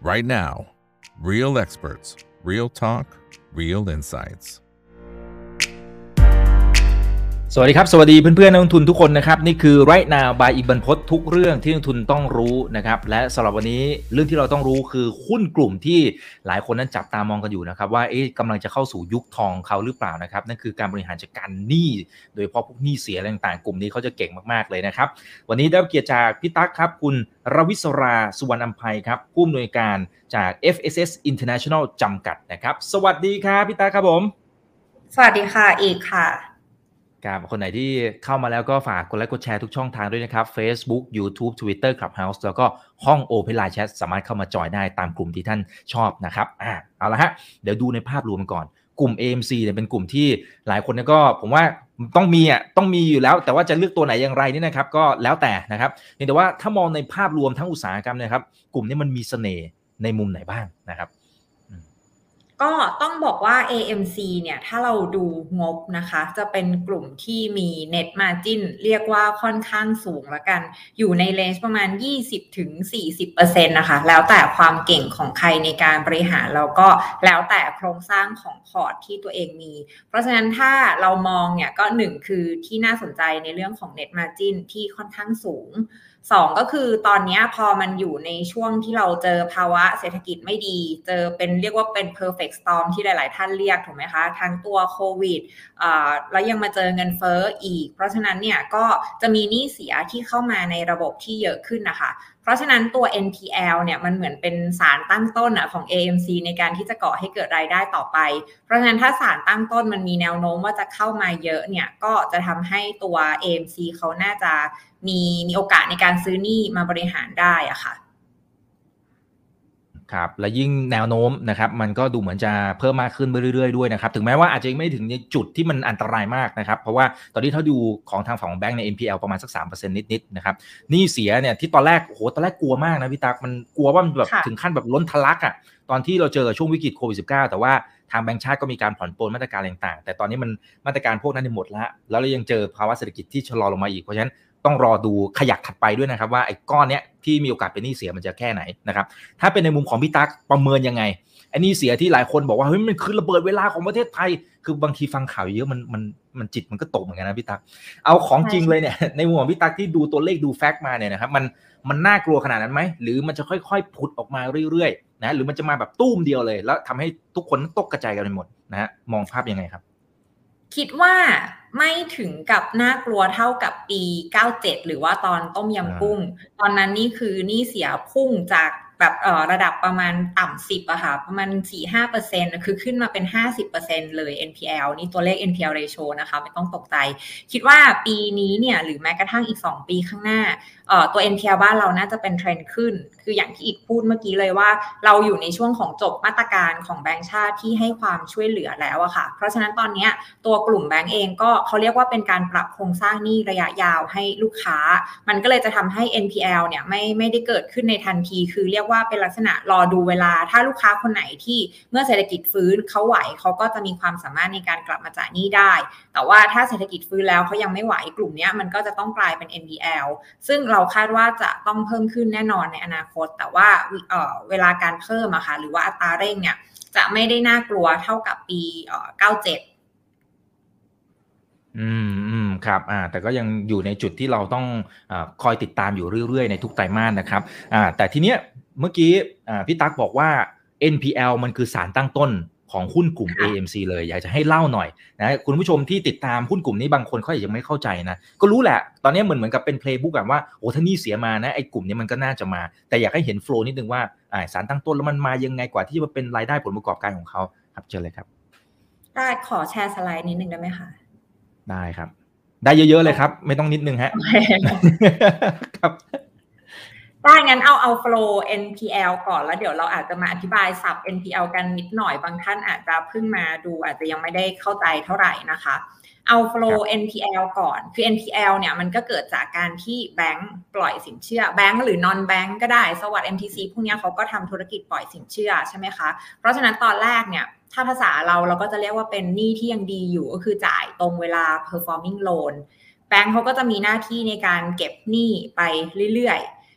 right now. Real experts, real talk, real insights. สวัสดีครับสวัสดีเพื่อนๆนักลงทุนทุกคนนะครับนี่คือ Right Now by อีกบรรพตทุกเรื่องที่นักลงทุนต้องรู้นะครับและสำหรับวันนี้เรื่องที่เราต้องรู้คือหุ้นกลุ่มที่หลายคนนั้นจับตามองกันอยู่นะครับว่ากำลังจะเข้าสู่ยุคทองเขาหรือเปล่านะครับนั่นคือการบริหารจัดการหนี้โดยเฉพาะพวกหนี้เสียต่างๆกลุ่มนี้เขาจะเก่งมากๆเลยนะครับวันนี้ได้เกียรติจากพี่ตั๊กครับคุณรวิศราสุวรรณอำไพครับผู้อำนวยการจาก FSS International จำกัดนะครับสวัสดีครับพี่ตั๊กครับผมสวัสดีค่ะอีกค่ะครับคนไหนที่เข้ามาแล้วก็ฝากกดไลค์กดแชร์ทุกช่องทางด้วยนะครับ Facebook YouTube Twitter Clubhouse แล้วก็ห้อง Open Line Chat สามารถเข้ามาจอยได้ตามกลุ่มที่ท่านชอบนะครับเอาละฮะเดี๋ยวดูในภาพรวมก่อนกลุ่ม AMC เนี่ยเป็นกลุ่มที่หลายคนก็ผมว่าต้องมีอยู่แล้วแต่ว่าจะเลือกตัวไหนอย่างไรนี่นะครับก็แล้วแต่นะครับแต่ว่าถ้ามองในภาพรวมทั้งอุตสาหกรรมนะครับกลุ่มนี้มันมีเสน่ห์ในมุมไหนบ้างนะครับก็ต้องบอกว่า AMC เนี่ยถ้าเราดูงบนะคะจะเป็นกลุ่มที่มี Net Margin เรียกว่าค่อนข้างสูงแล้วกันอยู่ในเลนจ์ประมาณ 20-40% นะคะแล้วแต่ความเก่งของใครในการบริหารแล้วก็แล้วแต่โครงสร้างของพอร์ตที่ตัวเองมีเพราะฉะนั้นถ้าเรามองเนี่ยก็1คือที่น่าสนใจในเรื่องของ Net Margin ที่ค่อนข้างสูง2ก็คือตอนนี้พอมันอยู่ในช่วงที่เราเจอภาวะเศรษฐกิจไม่ดีเจอเป็นเรียกว่าเป็น perfect storm ที่หลายๆท่านเรียกถูกไหมคะทั้งตัวโควิดแล้วยังมาเจอเงินเฟ้ออีกเพราะฉะนั้นเนี่ยก็จะมีหนี้เสียที่เข้ามาในระบบที่เยอะขึ้นนะคะเพราะฉะนั้นตัว NPL เนี่ยมันเหมือนเป็นสารตั้งต้นของ AMC ในการที่จะก่อให้เกิดรายได้ต่อไปเพราะฉะนั้นถ้าสารตั้งต้นมันมีแนวโน้มว่าจะเข้ามาเยอะเนี่ยก็จะทำให้ตัว AMC เขาน่าจะมีโอกาสในการซื้อหนี้มาบริหารได้อะค่ะครับและยิ่งแนวโน้มนะครับมันก็ดูเหมือนจะเพิ่มมากขึ้นเรื่อยๆด้วยนะครับถึงแม้ว่าอาจจะไม่ถึงในจุดที่มันอันตรายมากนะครับเพราะว่าตอนนี้ถ้าดูของทางฝั่งของแบงก์ใน NPL ประมาณสัก 3% นิดๆนะครับหนี้เสียเนี่ยที่ตอนแรกกลัวมากนะพี่ตั๊กมันกลัวว่ามันแบบถึงขั้นแบบล้นทะลักอ่ะตอนที่เราเจอช่วงวิกฤตโควิด -19 แต่ว่าทางแบงก์ชาติก็มีการผ่อนปลนมาตรการต่างๆแต่ตอนนี้มันมาตรการพวกนั้นหมดแล้วเรายังเจอภาวะเศรษฐกิจที่ชะลอลงมาอีกเพราะฉะนั้นต้องรอดูขยักถัดไปด้วยนะครับว่าไอ้ก้อนเนี้ยที่มีโอกาสเป็นหนี้เสียมันจะแค่ไหนนะครับถ้าเป็นในมุมของพี่ตั๊กประเมินยังไงไอ้หนี้เสียที่หลายคนบอกว่าเฮ้ยมันคือระเบิดเวลาของประเทศไทยคือบางทีฟังข่าวเยอะมันจิตมันก็ตกเหมือนกันนะพี่ตั๊กเอาของจริงเลยเนี่ยในมุมของพี่ตั๊กที่ดูตัวเลขดูแฟกต์มาเนี่ยนะครับมันน่ากลัวขนาดนั้นไหมหรือมันจะค่อยๆผุดออกมาเรื่อยๆนะหรือมันจะมาแบบตุ้มเดียวเลยแล้วทำให้ทุกคนตกกระจายกันไปหมดนะฮะมองภาพยังไงครับคิดว่าไม่ถึงกับน่ากลัวเท่ากับปี97หรือว่าตอนต้มยำกุ้งตอนนั้นนี่คือหนี้เสียพุ่งจากแบบระดับประมาณต่ำ10อะค่ะประมาณ 4-5% คือขึ้นมาเป็น 50% เลย NPL นี่ตัวเลข NPL ratio นะคะไม่ต้องตกใจคิดว่าปีนี้เนี่ยหรือแม้กระทั่งอีก2ปีข้างหน้าตัว NPL บ้านเราน่าจะเป็นเทรนด์ขึ้นคืออย่างที่อีกพูดเมื่อกี้เลยว่าเราอยู่ในช่วงของจบมาตรการของแบงก์ชาติที่ให้ความช่วยเหลือแล้วอะค่ะเพราะฉะนั้นตอนนี้ตัวกลุ่มแบงก์เองก็เขาเรียกว่าเป็นการปรับโครงสร้างหนี้ระยะยาวให้ลูกค้ามันก็เลยจะทำให้ NPL เนี่ยไม่ได้เกิดขึ้นในทันทีคือเรียกว่าเป็นลักษณะรอดูเวลาถ้าลูกค้าคนไหนที่เมื่อเศรษฐกิจฟื้นเขาไหวเขาก็จะมีความสามารถในการกลับมาจ่ายหนี้ได้แต่ว่าถ้าเศรษฐกิจฟื้นแล้วเขายังไม่ไหวกลุ่มนี้มันก็จะต้องกลายเป็น NPL ซึ่งเราคาดว่าจะต้องเพิ่มขึ้นแน่นอนในอนาคตแต่ว่าเวลาการเพิ่มอะค่ะหรือว่าอัตราเร่งเนี่ยจะไม่ได้น่ากลัวเท่ากับปี97 ครับแต่ก็ยังอยู่ในจุดที่เราต้องคอยติดตามอยู่เรื่อยๆในทุกไตรมาสนะครับแต่ทีเนี้ยเมื่อกี้พี่ตั๊กบอกว่า NPL มันคือสารตั้งต้นของหุ้นกลุ่ม AMC เลยอยากจะให้เล่าหน่อยนะคุณผู้ชมที่ติดตามหุ้นกลุ่มนี้บางคนเขายังไม่เข้าใจนะก็รู้แหละตอนนี้เหมือนกับเป็นเพลย์บุ๊กแบบว่าโอ้ถ้านี่เสียมานะไอ้กลุ่มนี้มันก็น่าจะมาแต่อยากให้เห็นโฟลว์นิดนึงว่าสารตั้งต้นแล้วมันมายังไงกว่าที่จะมาเป็นรายได้ผลประกอบการของเขาครับเชิญเลยครับได้ขอแชร์สไลด์นิดนึงได้ไหมคะได้ครับได้เยอะๆเลยครับไม่ต้องนิดนึงฮะครับได้งั้นเอา flow NPL ก่อนแล้วเดี๋ยวเราอาจจะมาอธิบายศัพท์ NPL กันนิดหน่อยบางท่านอาจจะเพิ่งมาดูอาจจะยังไม่ได้เข้าใจเท่าไหร่นะคะเอา flow NPL ก่อนคือ NPL เนี่ยมันก็เกิดจากการที่แบงก์ปล่อยสินเชื่อแบงก์หรือ non bank ก็ได้สวัสดิ์ MTC พวกนี้เขาก็ทำธุรกิจปล่อยสินเชื่อใช่ไหมคะเพราะฉะนั้นตอนแรกเนี่ยถ้าภาษาเราก็จะเรียกว่าเป็นหนี้ที่ยังดีอยู่ก็คือจ่ายตรงเวลา performing loan แบงก์เขาก็จะมีหน้าที่ในการเก็บหนี้ไปเรื่อยๆ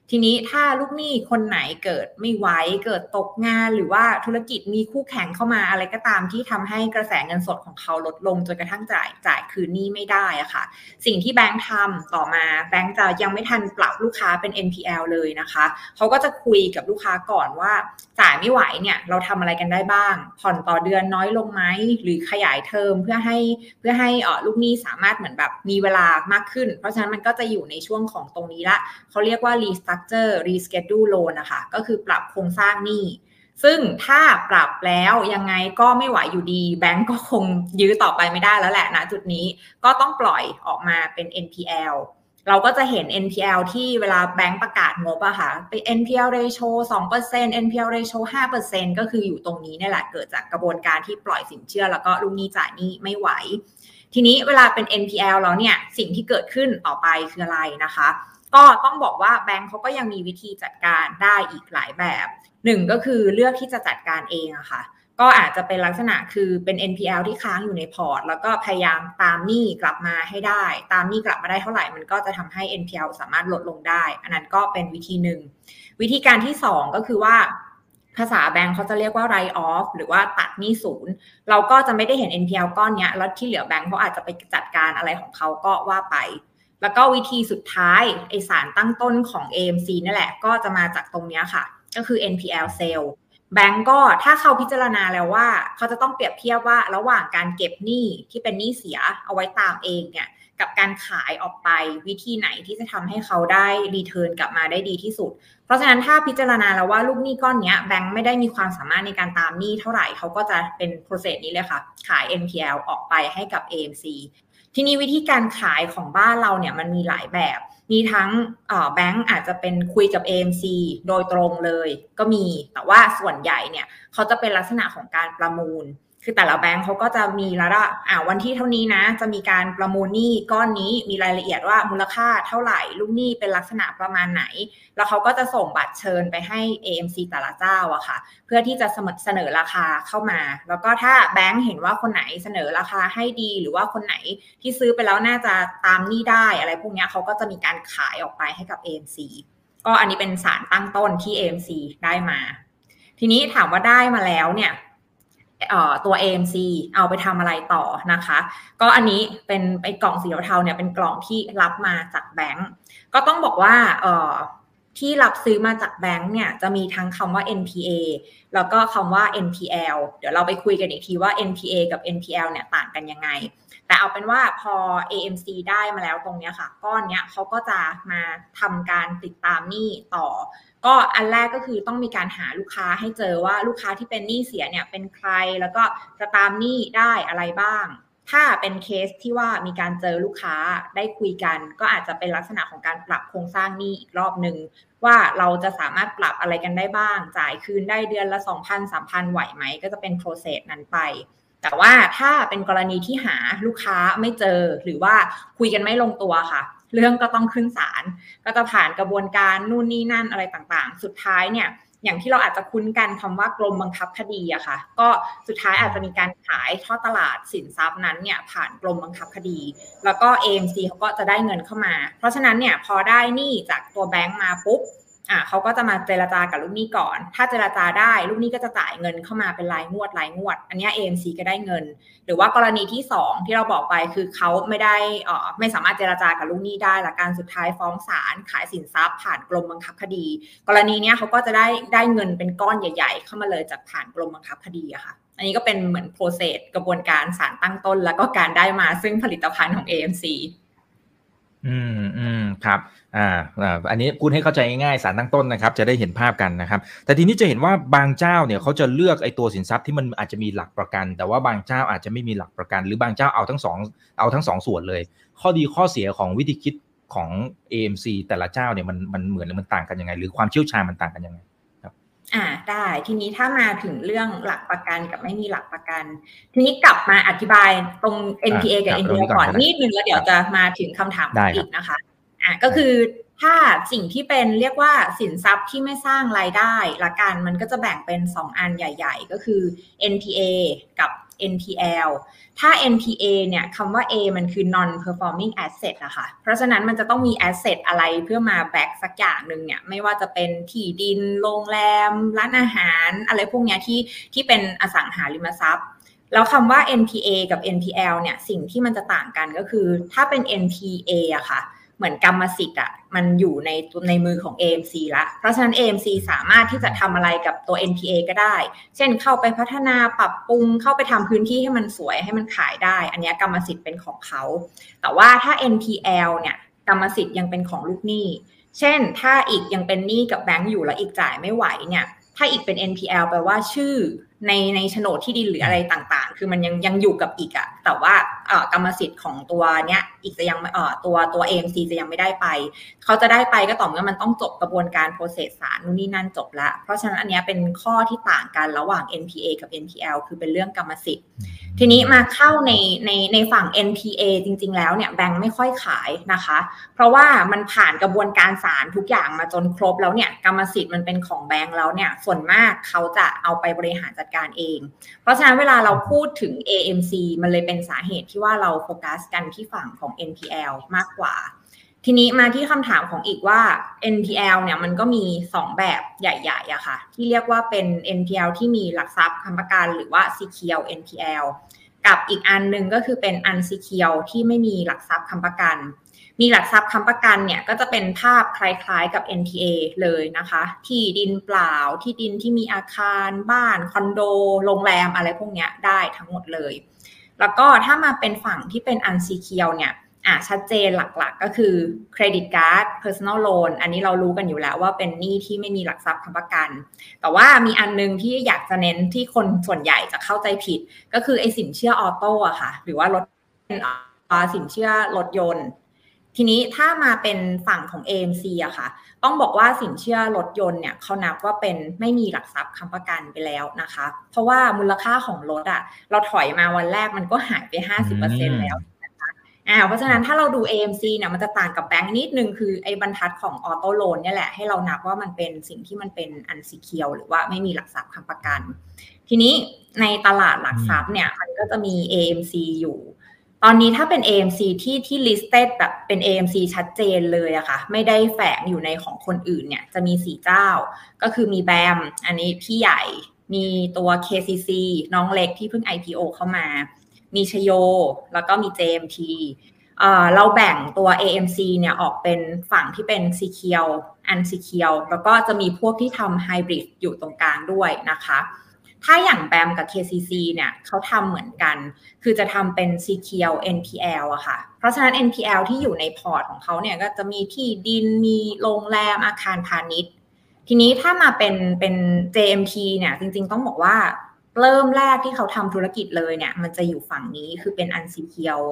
ทีนี้ถ้าลูกหนี้คนไหนเกิดไม่ไหวเกิดตกงานหรือว่าธุรกิจมีคู่แข่งเข้ามาอะไรก็ตามที่ทำให้กระแสเงินสดของเขาลดลงจนกระทั่งจ่ายคืนหนี้ไม่ได้อะค่ะสิ่งที่แบงค์ทำต่อมาแบงค์จะยังไม่ทันปรับลูกค้าเป็น NPL เลยนะคะเขาก็จะคุยกับลูกค้าก่อนว่าจ่ายไม่ไหวเนี่ยเราทำอะไรกันได้บ้างผ่อนต่อเดือนน้อยลงไหมหรือขยายเทอมเพื่อให้ลูกหนี้สามารถเหมือนแบบมีเวลามากขึ้นเพราะฉะนั้นมันก็จะอยู่ในช่วงของตรงนี้ละเขาเรียกว่า restructure reschedule loan นะคะก็คือปรับโครงสร้างหนี้ซึ่งถ้าปรับแล้วยังไงก็ไม่ไหวอยู่ดีแบงก์ก็คงยื้อต่อไปไม่ได้แล้วแหละณจุดนี้ก็ต้องปล่อยออกมาเป็น NPL เราก็จะเห็น NPL ที่เวลาแบงก์ประกาศงบอะค่ะเป็น NPL ratio 2% NPL ratio 5% ก็คืออยู่ตรงนี้นี่แหละเกิดจากกระบวนการที่ปล่อยสินเชื่อแล้วก็ลูกหนี้จ่ายหนี้ไม่ไหวทีนี้เวลาเป็น NPL แล้วเนี่ยสิ่งที่เกิดขึ้นต่อไปคืออะไรนะคะก็ต้องบอกว่าแบงก์เขาก็ยังมีวิธีจัดการได้อีกหลายแบบหนึ่งก็คือเลือกที่จะจัดการเองอะค่ะก็อาจจะเป็นลักษณะคือเป็น NPL ที่ค้างอยู่ในพอร์ตแล้วก็พยายามตามหนี้กลับมาให้ได้ตามหนี้กลับมาได้เท่าไหร่มันก็จะทำให้ NPL สามารถลดลงได้อันนั้นก็เป็นวิธีหนึ่งวิธีการที่2ก็คือว่าภาษาแบงก์เขาจะเรียกว่า write off หรือว่าตัดหนี้ศูนย์เราก็จะไม่ได้เห็น NPL ก้อนนี้แล้วที่เหลือแบงก์เขาอาจจะไปจัดการอะไรของเขาก็ว่าไปแล้วก็วิธีสุดท้ายไอสารตั้งต้นของ AMC นั่นแหละก็จะมาจากตรงนี้ค่ะก็คือ NPL sale แบงก์ก็ถ้าเขาพิจารณาแล้วว่าเขาจะต้องเปรียบเทียบว่าระหว่างการเก็บหนี้ที่เป็นหนี้เสียเอาไว้ตามเองเนี่ยกับการขายออกไปวิธีไหนที่จะทำให้เขาได้รีเทิร์นกลับมาได้ดีที่สุดเพราะฉะนั้นถ้าพิจารณาแล้วว่าลูกหนี้ก้อนนี้แบงก์ไม่ได้มีความสามารถในการตามหนี้เท่าไหร่เขาก็จะเป็นโปรเซสนี้เลยค่ะขาย NPL ออกไปให้กับ AMC ทีนี้วิธีการขายของบ้านเราเนี่ยมันมีหลายแบบมีทั้งแบงก์อาจจะเป็นคุยกับ AMC โดยตรงเลยก็มีแต่ว่าส่วนใหญ่เนี่ยเขาจะเป็นลักษณะของการประมูลคือแต่ละแบงก์เขาก็จะมีแล้วว่าวันที่เท่านี้นะจะมีการประมูลหนี้ก้อนนี้มีรายละเอียดว่ามูลค่าเท่าไหร่ลูกหนี้เป็นลักษณะประมาณไหนแล้วเขาก็จะส่งบัตรเชิญไปให้ AMC แต่ละเจ้าอะค่ะเพื่อที่จะเสนอราคาเข้ามาแล้วก็ถ้าแบงก์เห็นว่าคนไหนเสนอราคาให้ดีหรือว่าคนไหนที่ซื้อไปแล้วน่าจะตามหนี้ได้อะไรพวกนี้เขาก็จะมีการขายออกไปให้กับ AMC ก็อันนี้เป็นสารตั้งต้นที่ AMC ได้มาทีนี้ถามว่าได้มาแล้วเนี่ยตัว AMC เอาไปทำอะไรต่อนะคะก็อันนี้เป็นกล่องสีเทาๆเนี่ยเป็นกล่องที่รับมาจากแบงก์ก็ต้องบอกว่าที่รับซื้อมาจากแบงก์เนี่ยจะมีทั้งคำว่า NPA แล้วก็คำว่า NPL เดี๋ยวเราไปคุยกันอีกทีว่า NPA กับ NPL เนี่ยต่างกันยังไงแต่เอาเป็นว่าพอ AMC ได้มาแล้วตรงนี้ค่ะก้อนเนี้ยเขาก็จะมาทำการติดตามหนี้ต่อก็อันแรกก็คือต้องมีการหาลูกค้าให้เจอว่าลูกค้าที่เป็นหนี้เสียเนี่ยเป็นใครแล้วก็จะตามหนี้ได้อะไรบ้างถ้าเป็นเคสที่ว่ามีการเจอลูกค้าได้คุยกันก็อาจจะเป็นลักษณะของการปรับโครงสร้างหนี้อีกรอบนึงว่าเราจะสามารถปรับอะไรกันได้บ้างจ่ายคืนได้เดือนละ 2,000-3,000 ไหวไหมก็จะเป็นโปรเซสนั้นไปแต่ว่าถ้าเป็นกรณีที่หาลูกค้าไม่เจอหรือว่าคุยกันไม่ลงตัวค่ะเรื่องก็ต้องขึ้นศาลก็จะผ่านกระบวนการนู่นนี่นั่นอะไรต่างๆสุดท้ายเนี่ยอย่างที่เราอาจจะคุ้นกันคำว่ากรมบังคับคดีอะค่ะก็สุดท้ายอาจจะมีการขายทอดตลาดสินทรัพย์นั้นเนี่ยผ่านกรมบังคับคดีแล้วก็ AMC เขาก็จะได้เงินเข้ามาเพราะฉะนั้นเนี่ยพอได้หนี้จากตัวแบงก์มาปุ๊บเขาก็จะมาเจรจากับลูกหนี้ก่อนถ้าเจรจาได้ลูกหนี้ก็จะจ่ายเงินเข้ามาเป็นรายงวดอันนี้ AMC ก็ได้เงินหรือว่ากรณีที่2ที่เราบอกไปคือเขาไม่สามารถเจรจากับลูกหนี้ได้หลักการสุดท้ายฟ้องศาลขายสินทรัพย์ผ่านกรมบังคับคดีกรณีนี้เขาก็จะได้เงินเป็นก้อนใหญ่ๆเข้ามาเลยจากผ่านกรมบังคับคดีอะค่ะอันนี้ก็เป็นเหมือนโปรเซสกระบวนการสารตั้งต้นแล้วก็การได้มาซึ่งผลิตภัณฑ์ของ AMC ครับอันนี้พูดให้เข้าใจง่ายๆสารตั้งต้นนะครับจะได้เห็นภาพกันนะครับแต่ทีนี้จะเห็นว่าบางเจ้าเนี่ยเขาจะเลือกไอ้ตัวสินทรัพย์ที่มันอาจจะมีหลักประกันแต่ว่าบางเจ้าอาจจะไม่มีหลักประกันหรือบางเจ้าเอาทั้งสองส่วนเลยข้อดีข้อเสียของวิธีคิดของ AMC แต่ละเจ้าเนี่ยมันเหมือนหรือมันต่างกันยังไงหรือความเชี่ยวชาญมันต่างกันยังไงครับได้ทีนี้ถ้ามาถึงเรื่องหลักประกันกับไม่มีหลักประกันทีนี้กลับมาอธิบายตรง NPA กับ NPL ก่อนนิดนึงแล้วเดี๋ยวจะมาถึงคำถามอีกนะคะก็คือถ้าสิ่งที่เป็นเรียกว่าสินทรัพย์ที่ไม่สร้างรายได้ละกันมันก็จะแบ่งเป็น2อันใหญ่ๆก็คือ NPA กับ NPL ถ้า NPA เนี่ยคำว่า A มันคือ non performing asset อะค่ะเพราะฉะนั้นมันจะต้องมี asset อะไรเพื่อมา back สักอย่างนึงเนี่ยไม่ว่าจะเป็นที่ดินโรงแรมร้านอาหารอะไรพวกเนี้ยที่เป็นอสังหาริมทรัพย์แล้วคำว่า NPA กับ NPL เนี่ยสิ่งที่มันจะต่างกันก็คือถ้าเป็น NPA อะค่ะเหมือนกรรมสิทธิ์อ่ะมันอยู่ในมือของ AMC ละเพราะฉะนั้น AMC สามารถที่จะทำอะไรกับตัว NPA ก็ได้เช่นเข้าไปพัฒนาปรับปรุงเข้าไปทำพื้นที่ให้มันสวยให้มันขายได้อันนี้กรรมสิทธิ์เป็นของเขาแต่ว่าถ้า NPL เนี่ยกรรมสิทธิ์ยังเป็นของลูกหนี้เช่นถ้าอีกยังเป็นหนี้กับแบงก์อยู่แล้วอีกจ่ายไม่ไหวเนี่ยถ้าอีกเป็น NPL แปลว่าชื่อในโฉนดที่ดินหรืออะไรต่างๆคือมันยังอยู่กับอีกอะแต่ว่ากรรมสิทธิ์ของตัวเนี้ยอีกจะยังตัว AMC จะยังไม่ได้ไปเขาจะได้ไปก็ต่อเมื่อมันต้องจบกระบวนการ process ศาลนู่นนี่นั่นจบละเพราะฉะนั้นอันนี้เป็นข้อที่ต่างกันระหว่าง NPA กับ NPL คือเป็นเรื่องกรรมสิทธิ์ทีนี้มาเข้าในฝั่ง NPA จริงๆแล้วเนี่ยแบงค์ไม่ค่อยขายนะคะเพราะว่ามันผ่านกระบวนการศาลทุกอย่างมาจนครบแล้วเนี่ยกรรมสิทธิ์มันเป็นของแบงค์แล้วเนี่ยส่วนมากเขาจะเอาไปบริหารจัดการเองเพราะฉะนั้นเวลาเราพูดถึง AMC มันเลยเป็นสาเหตุที่ว่าเราโฟกัสกันที่ฝั่งของ NPL มากกว่าทีนี้มาที่คำถามของอีกว่า NPL เนี่ยมันก็มี2แบบใหญ่ๆอะค่ะที่เรียกว่าเป็น NPL ที่มีหลักทรัพย์ค้ำประกันหรือว่า Secured NPL กับอีกอันนึงก็คือเป็น Unsecured ที่ไม่มีหลักทรัพย์ค้ำประกันมีหลักทรัพย์ค้ำประกันเนี่ยก็จะเป็นภาพคล้ายๆกับ NPA เลยนะคะที่ดินเปล่าที่ดินที่มีอาคารบ้านคอนโดโรงแรมอะไรพวกเนี้ยได้ทั้งหมดเลยแล้วก็ถ้ามาเป็นฝั่งที่เป็น unsecured เนี่ยชัดเจนหลักๆก็คือเครดิตการ์ด personal loan อันนี้เรารู้กันอยู่แล้วว่าเป็นหนี้ที่ไม่มีหลักทรัพย์ค้ำประกันแต่ว่ามีอันนึงที่อยากจะเน้นที่คนส่วนใหญ่จะเข้าใจผิดก็คือไอ้สินเชื่อออโต้อะค่ะหรือว่ารถสินเชื่อรถยนต์ทีนี้ถ้ามาเป็นฝั่งของ AMC อะค่ะต้องบอกว่าสินเชื่อรถยนต์เนี่ยเขานับว่าเป็นไม่มีหลักทรัพย์ค้ำประกันไปแล้วนะคะเพราะว่ามูลค่าของรถอะเราถอยมาวันแรกมันก็หายไป 50% แล้วนะคะเพราะฉะนั้นถ้าเราดู AMC เนี่ยมันจะต่างกับแบงก์นิดนึงคือไอ้บรรทัดของออโต้โลนเนี่ยแหละให้เรานับว่ามันเป็นสิ่งที่มันเป็น unsecured หรือว่าไม่มีหลักทรัพย์ค้ำประกันทีนี้ในตลาดหลักทรัพย์เนี่ยมันก็จะมี AMC อยู่ตอนนี้ถ้าเป็น AMC ที่ listed แบบเป็น AMC ชัดเจนเลยอะค่ะไม่ได้แฝงอยู่ในของคนอื่นเนี่ยจะมี4เจ้าก็คือมีแบมอันนี้พี่ใหญ่มีตัว KCC น้องเล็กที่เพิ่ง IPO เข้ามามีชโยแล้วก็มี JMT เราแบ่งตัว AMC เนี่ยออกเป็นฝั่งที่เป็น Secured Unsecured แล้วก็จะมีพวกที่ทำ Hybrid อยู่ตรงกลางด้วยนะคะถ้าอย่างแบมกับ KCC เนี่ยเขาทำเหมือนกันคือจะทำเป็น Secured NPL อะค่ะเพราะฉะนั้น NPL ที่อยู่ในพอร์ตของเขาเนี่ยก็จะมีที่ดินมีโรงแรมอาคารพาณิชย์ทีนี้ถ้ามาเป็น JMT เนี่ยจริงๆต้องบอกว่าเริ่มแรกที่เขาทำธุรกิจเลยเนี่ยมันจะอยู่ฝั่งนี้คือเป็น unsecured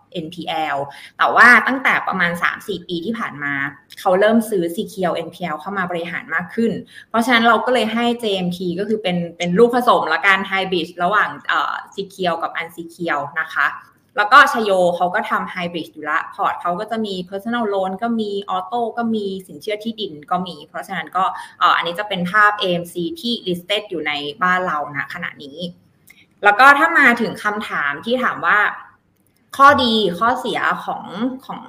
NPL แต่ว่าตั้งแต่ประมาณ 3-4 ปีที่ผ่านมาเขาเริ่มซื้อ secured NPL เข้ามาบริหารมากขึ้นเพราะฉะนั้นเราก็เลยให้ JMT ก็คือเป็นลูกผสมและการ hybrid ระหว่างsecured กับ unsecured นะคะแล้วก็ชโยเขาก็ทำ hybrid อยู่ละพอร์ตเขาก็จะมี personal loan ก็มี auto ก็มีสินเชื่อที่ดินก็มีเพราะฉะนั้นก็อันนี้จะเป็นภาพ AMC ที่ listed อยู่ในบ้านเรานะขณะนี้แล้วก็ถ้ามาถึงคำถามที่ถามว่าข้อดีข้อเสียของ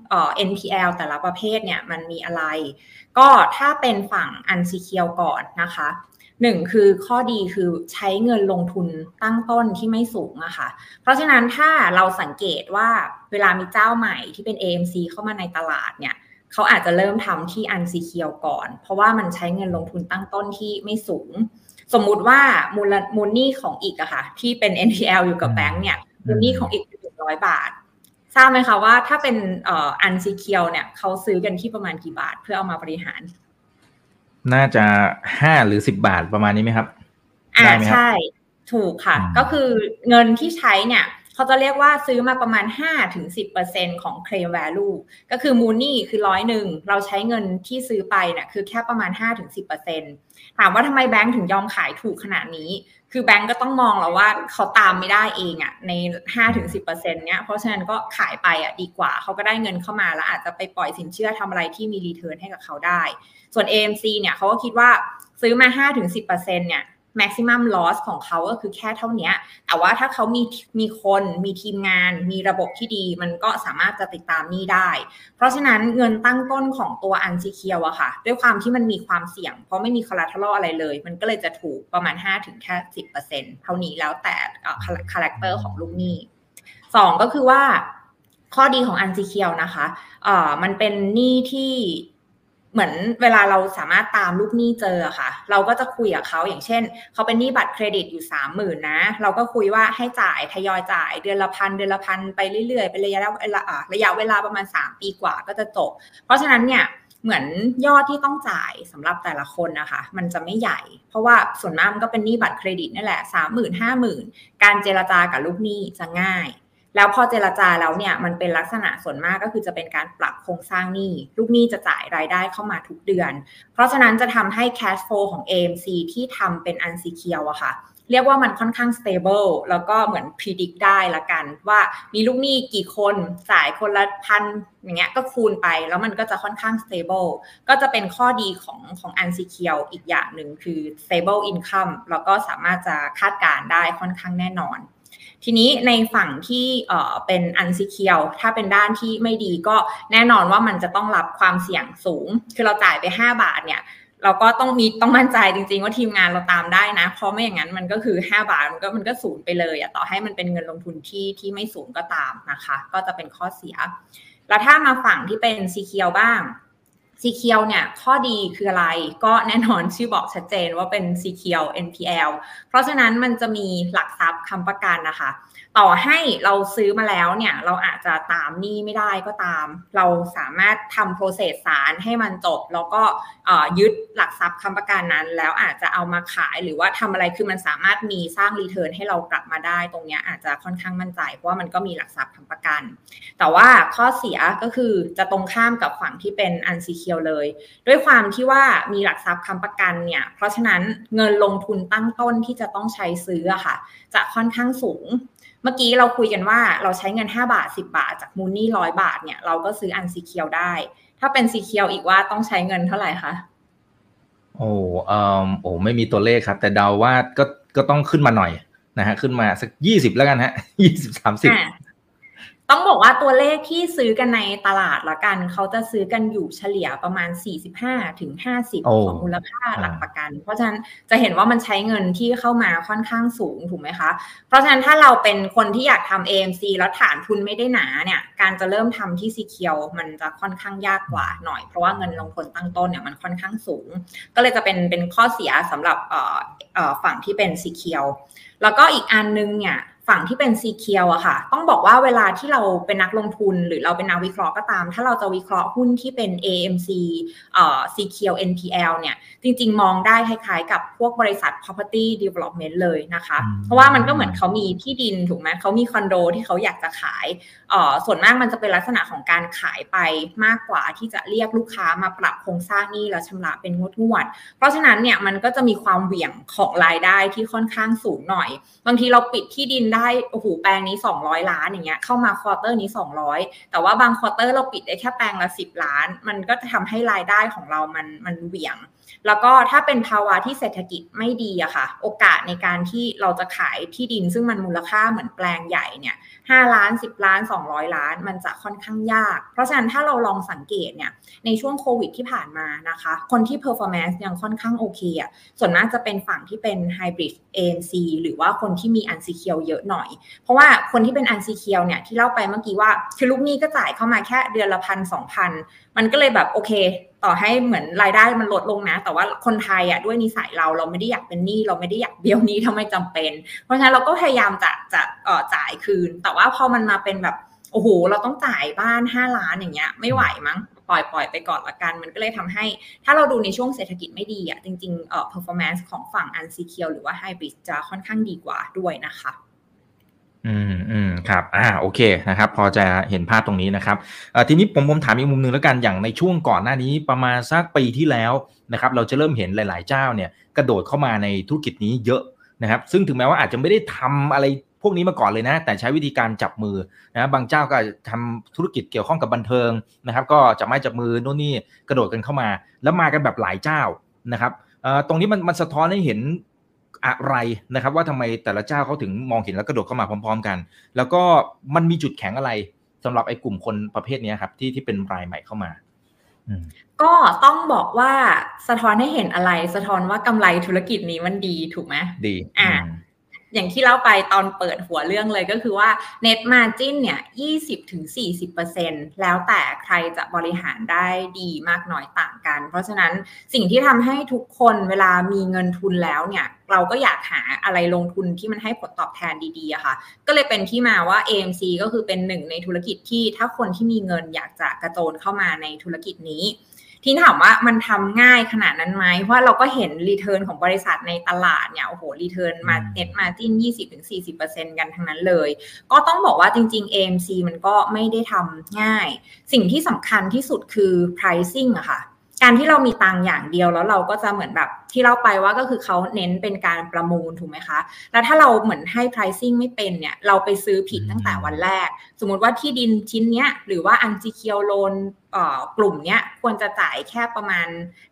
NPL แต่ละประเภทเนี่ยมันมีอะไรก็ถ้าเป็นฝั่ง unsecured ก่อนนะคะ1คือข้อดีคือใช้เงินลงทุนตั้งต้นที่ไม่สูงอะค่ะเพราะฉะนั้นถ้าเราสังเกตว่าเวลามีเจ้าใหม่ที่เป็น AMC เข้ามาในตลาดเนี่ยเขาอาจจะเริ่มทำที่ unsecured ก่อนเพราะว่ามันใช้เงินลงทุนตั้งต้นที่ไม่สูงสมมุติว่ามูลหนี้ของอีกอะค่ะที่เป็น NPL อยู่กับแบงก์เนี่ยมูลหนี้ของอีก100 บาททราบไหมคะว่าถ้าเป็นunsecured เนี่ยเขาซื้อกันที่ประมาณกี่บาทเพื่อเอามาบริหารน่าจะ5 หรือ 10 บาทประมาณนี้ไหมครับได้ไหมครับใช่ถูกค่ะก็คือเงินที่ใช้เนี่ยเขาจะเรียกว่าซื้อมาประมาณ 5-10% ของ claim value ก็คือมูลหนี้คือ100เราใช้เงินที่ซื้อไปเนี่ยคือแค่ประมาณ 5-10% ถามว่าทำไมแบงก์ถึงยอมขายถูกขนาดนี้คือแบงก์ก็ต้องมองแล้วว่าเขาตามไม่ได้เองอ่ะใน 5-10% เนี้ยเพราะฉะนั้นก็ขายไปอ่ะดีกว่าเขาก็ได้เงินเข้ามาแล้วอาจจะไปปล่อยสินเชื่อทำอะไรที่มี return ให้กับเขาได้ส่วน AMC เนี่ยเขาก็คิดว่าซื้อมา 5-10% เนี่ย maximum loss ของเขาก็คือแค่เท่านี้แต่ว่าถ้าเขามีคนมีทีมงานมีระบบที่ดีมันก็สามารถจะติดตามหนี้ได้เพราะฉะนั้นเงินตั้งต้นของตัว unsecured อะค่ะด้วยความที่มันมีความเสี่ยงเพราะไม่มี collateral อะไรเลยมันก็เลยจะถูกประมาณ 5 ถึงแค่ 10% เท่านี้แล้วแต่character ของลูกหนี้2ก็คือว่าข้อดีของ unsecured นะคะมันเป็นหนี้ที่เหมือนเวลาเราสามารถตามลูกหนี้เจอค่ะเราก็จะคุยกับเขาอย่างเช่นเขาเป็นหนี้บัตรเครดิตอยู่ 30,000 นะเราก็คุยว่าให้จ่ายทยอยจ่ายเดือนละพันไปเรื่อยๆเป็นระยะเวลาประมาณ3 ปีกว่าก็จะจบเพราะฉะนั้นเนี่ยเหมือนยอดที่ต้องจ่ายสำหรับแต่ละคนนะคะมันจะไม่ใหญ่เพราะว่าส่วนมากมันก็เป็นหนี้บัตรเครดิตนี่แหละ 30,000 50,000 การเจรจากับลูกหนี้จะง่ายแล้วพอเจรจาแล้วเนี่ยมันเป็นลักษณะส่วนมากก็คือจะเป็นการปรับโครงสร้างหนี้ลูกหนี้จะจ่ายรายได้เข้ามาทุกเดือนเพราะฉะนั้นจะทำให้ cash flow ของ AMC ที่ทำเป็น unsecured อะค่ะเรียกว่ามันค่อนข้าง stable แล้วก็เหมือน predict ได้ละกันว่ามีลูกหนี้กี่คนจ่ายคนละพันอย่างเงี้ยก็คูณไปแล้วมันก็จะค่อนข้าง stable ก็จะเป็นข้อดีของ unsecured อีกอย่างหนึ่งคือ stable income แล้วก็สามารถจะคาดการณ์ได้ค่อนข้างแน่นอนทีนี้ในฝั่งที่เป็น unsecured ถ้าเป็นด้านที่ไม่ดีก็แน่นอนว่ามันจะต้องรับความเสี่ยงสูงคือเราจ่ายไป5 บาทเนี่ยเราก็ต้องมั่นใจจริงๆว่าทีมงานเราตามได้นะเพราะไม่อย่างนั้นมันก็คือ5 บาทมันก็สูญไปเลยต่อให้มันเป็นเงินลงทุนที่ไม่สูงก็ตามนะคะก็จะเป็นข้อเสียแล้วถ้ามาฝั่งที่เป็น secured บ้างsecured เนี่ยข้อดีคืออะไรก็แน่นอนชื่อบอกชัดเจนว่าเป็น secured NPL เพราะฉะนั้นมันจะมีหลักทรัพย์ค้ำประกันนะคะต่อให้เราซื้อมาแล้วเนี่ยเราอาจจะตามหนี้ไม่ได้ก็ตามเราสามารถทำ process ศาลให้มันจบแล้วก็ยึดหลักทรัพย์ค้ำประกันนั้นแล้วอาจจะเอามาขายหรือว่าทำอะไรคือมันสามารถมีสร้าง return ให้เรากลับมาได้ตรงนี้อาจจะค่อนข้างมั่นใจเพราะว่ามันก็มีหลักทรัพย์ค้ำประกันแต่ว่าข้อเสียก็คือจะตรงข้ามกับฝั่งที่เป็น unsecured เลยด้วยความที่ว่ามีหลักทรัพย์ค้ำประกันเนี่ยเพราะฉะนั้นเงินลงทุนตั้งต้นที่จะต้องใช้ซื้อค่ะจะค่อนข้างสูงเมื่อกี้เราคุยกันว่าเราใช้เงิน5 บาท10 บาทจากมูลหนี้100 บาทเนี่ยเราก็ซื้อ unsecured ได้ถ้าเป็น secured อีกว่าต้องใช้เงินเท่าไหร่คะไม่มีตัวเลขครับแต่เดาว่าก็ต้องขึ้นมาหน่อยนะฮะขึ้นมาสัก20แล้วกันฮะ20-30 ต้องบอกว่าตัวเลขที่ซื้อกันในตลาดละกันเขาจะซื้อกันอยู่เฉลี่ยประมาณ 45-50 ของมูลค่าหลักประกันเพราะฉะนั้นจะเห็นว่ามันใช้เงินที่เข้ามาค่อนข้างสูงถูกไหมคะเพราะฉะนั้นถ้าเราเป็นคนที่อยากทำ AMC แล้วฐานทุนไม่ได้หนาเนี่ยการจะเริ่มทำที่ secured มันจะค่อนข้างยากกว่าหน่อยเพราะว่าเงินลงทุนตั้งต้นเนี่ยมันค่อนข้างสูงก็เลยจะเป็นข้อเสียสำหรับฝั่งที่เป็น secured แล้วก็อีกอันนึงเนี่ยฝั่งที่เป็น secured อะค่ะต้องบอกว่าเวลาที่เราเป็นนักลงทุนหรือเราเป็นนักวิเคราะห์ก็ตามถ้าเราจะวิเคราะห์หุ้นที่เป็น AMC secured NPL เนี่ยจริงๆมองได้คล้ายๆกับพวกบริษัท property development เลยนะคะเพราะว่ามันก็เหมือนเขามีที่ดินถูกไหมเขามีคอนโดที่เขาอยากจะขายส่วนมากมันจะเป็นลักษณะของการขายไปมากกว่าที่จะเรียกลูกค้ามาปรับโครงสร้างหนี้แล้วชำระเป็นงวดๆเพราะฉะนั้นเนี่ยมันก็จะมีความเหวี่ยงของรายได้ที่ค่อนข้างสูงหน่อยบางทีเราปิดที่ดินได้โอ้โหแปลงนี้200 ล้านอย่างเงี้ยเข้ามาควอเตอร์นี้200แต่ว่าบางควอเตอร์เราปิดได้แค่แปลงละ10 ล้านมันก็จะทำให้รายได้ของเรามันเหวี่ยงแล้วก็ถ้าเป็นภาวะที่เศรษฐกิจไม่ดีอะค่ะโอกาสในการที่เราจะขายที่ดินซึ่งมันมูลค่าเหมือนแปลงใหญ่เนี่ย5 ล้าน10 ล้าน200 ล้านมันจะค่อนข้างยากเพราะฉะนั้นถ้าเราลองสังเกตเนี่ยในช่วงโควิดที่ผ่านมานะคะคนที่ performance ยังค่อนข้างโอเคอะส่วนมากจะเป็นฝั่งที่เป็น hybrid AMC หรือว่าคนที่มี unsecured เยอะหน่อยเพราะว่าคนที่เป็น unsecured เนี่ยที่เล่าไปเมื่อกี้ว่าคือลูกหนี้ก็จ่ายเข้ามาแค่เดือนละ 1,000-2,000 มันก็เลยแบบโอเคต่อให้เหมือนรายได้มันลดลงนะแต่ว่าคนไทยอ่ะด้วยนิสัยเราไม่ได้อยากเป็นหนี้เราไม่ได้อยากเบี้ยวหนี้ถ้าไม่จำเป็นเพราะฉะนั้นเราก็พยายามจะจ่ายคืนแต่ว่าพอมันมาเป็นแบบโอ้โหเราต้องจ่ายบ้าน5 ล้านอย่างเงี้ยไม่ไหวมั้งปล่อยไปก่อนละกันมันก็เลยทำให้ถ้าเราดูในช่วงเศรษฐกิจไม่ดีอ่ะจริงๆperformance ของฝั่ง unsecured หรือว่า hybrid จะค่อนข้างดีกว่าด้วยนะคะครับโอเคนะครับพอจะเห็นภาพตรงนี้นะครับทีนี้ผมถามอีกมุมนึงแล้วกันอย่างในช่วงก่อนหน้านี้ประมาณสักปีที่แล้วนะครับเราจะเริ่มเห็นหลายๆเจ้าเนี่ยกระโดดเข้ามาในธุรกิจนี้เยอะนะครับซึ่งถึงแม้ว่าอาจจะไม่ได้ทำอะไรพวกนี้มาก่อนเลยนะแต่ใช้วิธีการจับมือนะบางเจ้าก็ทำธุรกิจเกี่ยวข้องกับบันเทิงนะครับก็จับไม้จับมือโน่นนี่กระโดดกันเข้ามาแล้วมากันแบบหลายเจ้านะครับตรงนี้มันสะท้อนให้เห็นอะไรนะครับว่าทำไมแต่ละเจ้าเขาถึงมองเห็นแล้วกระโดดเข้ามาพร้อมๆกันแล้วก็มันมีจุดแข็งอะไรสำหรับไอ้กลุ่มคนประเภทนี้ครับที่เป็นรายใหม่เข้ามาก็ต้องบอกว่าสะท้อนให้เห็นอะไรสะท้อนว่ากำไรธุรกิจนี้มันดีถูกไหมดีอย่างที่เล่าไปตอนเปิดหัวเรื่องเลยก็คือว่า net margin เนี่ย 20-40% แล้วแต่ใครจะบริหารได้ดีมากน้อยต่างกันเพราะฉะนั้นสิ่งที่ทำให้ทุกคนเวลามีเงินทุนแล้วเนี่ยเราก็อยากหาอะไรลงทุนที่มันให้ผลตอบแทนดีๆอะค่ะก็เลยเป็นที่มาว่า AMC ก็คือเป็นหนึ่งในธุรกิจที่ถ้าคนที่มีเงินอยากจะกระโจนเข้ามาในธุรกิจนี้ที่ถามว่ามันทำง่ายขนาดนั้นไหมเพราะเราก็เห็นรีเทิร์นของบริษัทในตลาดเนี่ยโอ้โหรีเทิร์นมาเน็ตมาจิ้น 20-40% กันทั้งนั้นเลยก็ต้องบอกว่าจริงๆ AMC มันก็ไม่ได้ทำง่ายสิ่งที่สำคัญที่สุดคือ pricing อะค่ะการที่เรามีตังอย่างเดียวแล้วเราก็จะเหมือนแบบที่เราไปว่าก็คือเขาเน้นเป็นการประมูลถูกไหมคะแล้วถ้าเราเหมือนให้ pricing ไม่เป็นเนี่ยเราไปซื้อผิดตั้งแต่วันแรกสมมติว่าที่ดินชิ้นเนี้ยหรือว่า unsecured loan กลุ่มเนี้ยควรจะจ่ายแค่ประมาณ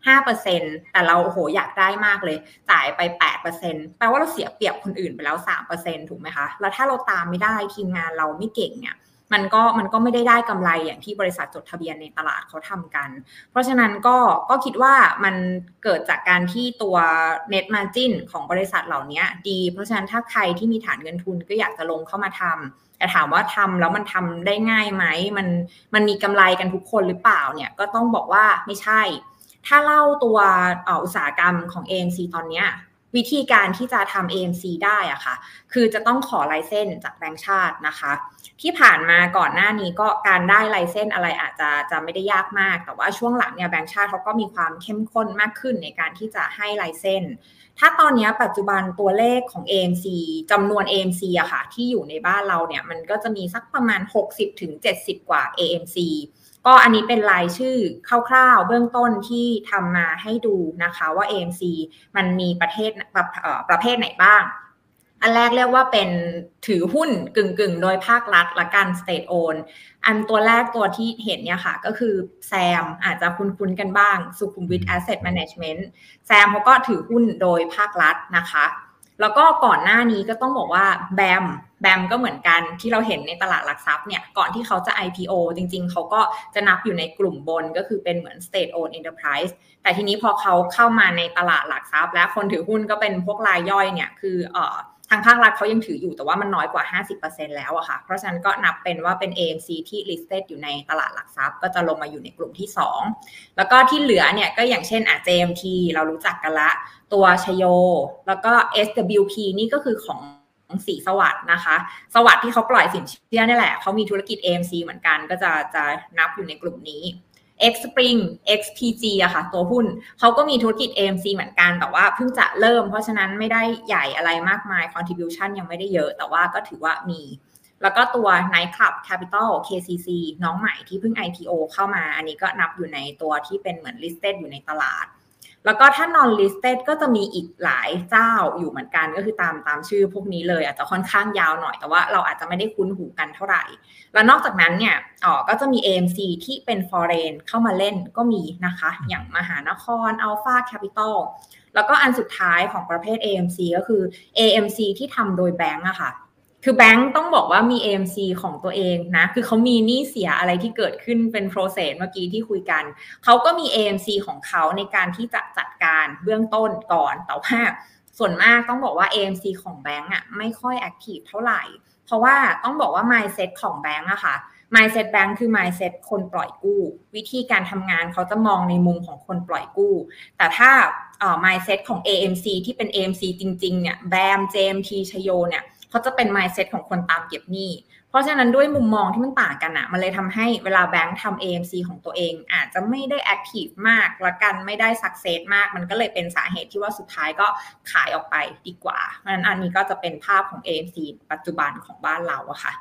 5% แต่เราโอ้โหอยากได้มากเลยจ่ายไป 8% แปลว่าเราเสียเปรียบคนอื่นไปแล้ว 3% ถูกไหมคะแล้วถ้าเราตามไม่ได้ทีมงานเราไม่เก่งเนี่ยมันก็ไม่ได้กำไรอย่างที่บริษัทจดทะเบียนในตลาดเขาทำกันเพราะฉะนั้นก็คิดว่ามันเกิดจากการที่ตัว net margin ของบริษัทเหล่านี้ดีเพราะฉะนั้นถ้าใครที่มีฐานเงินทุนก็อยากจะลงเข้ามาทำแต่ถามว่าทำแล้วมันทำได้ง่ายไหมมันมีกำไรกันทุกคนหรือเปล่าเนี่ยก็ต้องบอกว่าไม่ใช่ถ้าเล่าตัวอุตสาหกรรมของ AMC ตอนนี้วิธีการที่จะทำ AMC ได้อะค่ะคือจะต้องขอไลเซนส์จากแบงก์ชาตินะคะที่ผ่านมาก่อนหน้านี้ก็การได้ไลเซนส์อะไรอาจจะไม่ได้ยากมากแต่ว่าช่วงหลังเนี่ยแบงก์ชาติเขาก็มีความเข้มข้นมากขึ้นในการที่จะให้ไลเซนส์ถ้าตอนนี้ปัจจุบันตัวเลขของ AMC จำนวน AMC อะค่ะที่อยู่ในบ้านเราเนี่ยมันก็จะมีสักประมาณ 60-70 กว่า AMCก็อันนี้เป็นรายชื่อคร่าวๆเบื้องต้นที่ทำมาให้ดูนะคะว่า AMC มันมีประเภทไหนบ้างอันแรกเรียกว่าเป็นถือหุ้นกึ่งโดยภาครัฐละกัน state owned อันตัวแรกตัวที่เห็นเนี่ยค่ะก็คือแซมอาจจะคุ้นๆกันบ้างสุขุมวิท Asset Management แซมเขาก็ถือหุ้นโดยภาครัฐนะคะแล้วก็ก่อนหน้านี้ก็ต้องบอกว่าแบมก็เหมือนกันที่เราเห็นในตลาดหลักทรัพย์เนี่ยก่อนที่เขาจะ IPO จริงๆเขาก็จะนับอยู่ในกลุ่มบนก็คือเป็นเหมือน State Owned Enterprise แต่ทีนี้พอเขาเข้ามาในตลาดหลักทรัพย์และคนถือหุ้นก็เป็นพวกรายย่อยเนี่ยคือทางภาครัฐเขายังถืออยู่แต่ว่ามันน้อยกว่า 50% แล้วอะค่ะเพราะฉะนั้นก็นับเป็นว่าเป็น AMC ที่ listed อยู่ในตลาดหลักทรัพย์ก็จะลงมาอยู่ในกลุ่มที่2แล้วก็ที่เหลือเนี่ยก็อย่างเช่นJMT เรารู้จักกันละตัวชโยแล้วก็ SWP นี่ก็คือของสีสวัสด์นะคะสวัสด์ที่เขาปล่อยสินเชื่อนี่แหละเขามีธุรกิจ AMC เหมือนกันก็จะนับอยู่ในกลุ่มนี้ Xspring XPG อะค่ะตัวหุ้นเขาก็มีธุรกิจ AMC เหมือนกันแต่ว่าเพิ่งจะเริ่มเพราะฉะนั้นไม่ได้ใหญ่อะไรมากมาย contribution ยังไม่ได้เยอะแต่ว่าก็ถือว่ามีแล้วก็ตัว Night Club Capital KCC น้องใหม่ที่เพิ่ง IPO เข้ามาอันนี้ก็นับอยู่ในตัวที่เป็นเหมือน listed อยู่ในตลาดแล้วก็ถ้า non listed ก็จะมีอีกหลายเจ้าอยู่เหมือนกันก็คือตามชื่อพวกนี้เลยอาจจะค่อนข้างยาวหน่อยแต่ว่าเราอาจจะไม่ได้คุ้นหูกันเท่าไหร่แล้วนอกจากนั้นเนี่ยก็จะมี AMC ที่เป็น foreign เข้ามาเล่นก็มีนะคะอย่างมหานคร Alpha Capital แล้วก็อันสุดท้ายของประเภท AMC ก็คือ AMC ที่ทำโดยแบงก์อะค่ะคือแบงก์ต้องบอกว่ามี AMC ของตัวเองนะคือเขามีหนี้เสียอะไรที่เกิดขึ้นเป็น process เมื่อกี้ที่คุยกันเขาก็มี AMC ของเขาในการที่จะจัดการเบื้องต้นก่อนแต่ว่าส่วนมากต้องบอกว่า AMC ของแบงก์อะไม่ค่อย active เท่าไหร่เพราะว่าต้องบอกว่า mindset ของแบงก์อะค่ะ mindset แบงก์คือ mindset คนปล่อยกู้วิธีการทำงานเขาจะมองในมุมของคนปล่อยกู้แต่ถ้าmindset ของ AMC ที่เป็น AMC จริงๆเนี่ยแบม JMT ชโยเนี่ยเขาจะเป็น mindset ของคนตามเก็บหนี้เพราะฉะนั้นด้วยมุมมองที่มันต่างกันอะมันเลยทำให้เวลาแบงค์ทำ AMC ของตัวเองอาจจะไม่ได้ active มากละกันไม่ได้ success มากมันก็เลยเป็นสาเหตุที่ว่าสุดท้ายก็ขายออกไปดีกว่าเพราะฉะนั้นอันนี้ก็จะเป็นภาพของ AMC ปัจจุบันของบ้านเราอะค่ะ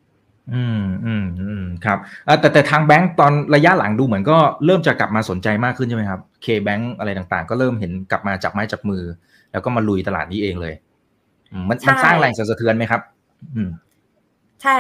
ครับแต่ทางแบงก์ตอนระยะหลังดูเหมือนก็เริ่มจะกลับมาสนใจมากขึ้นใช่ไหมครับ K-Bank อะไรต่างๆก็เริ่มเห็นกลับมาจับไม้จับมือแล้วก็มาลุยตลาดนี้เองเลยมันสร้างแรงสั่นสะเทือนไหมครับใช่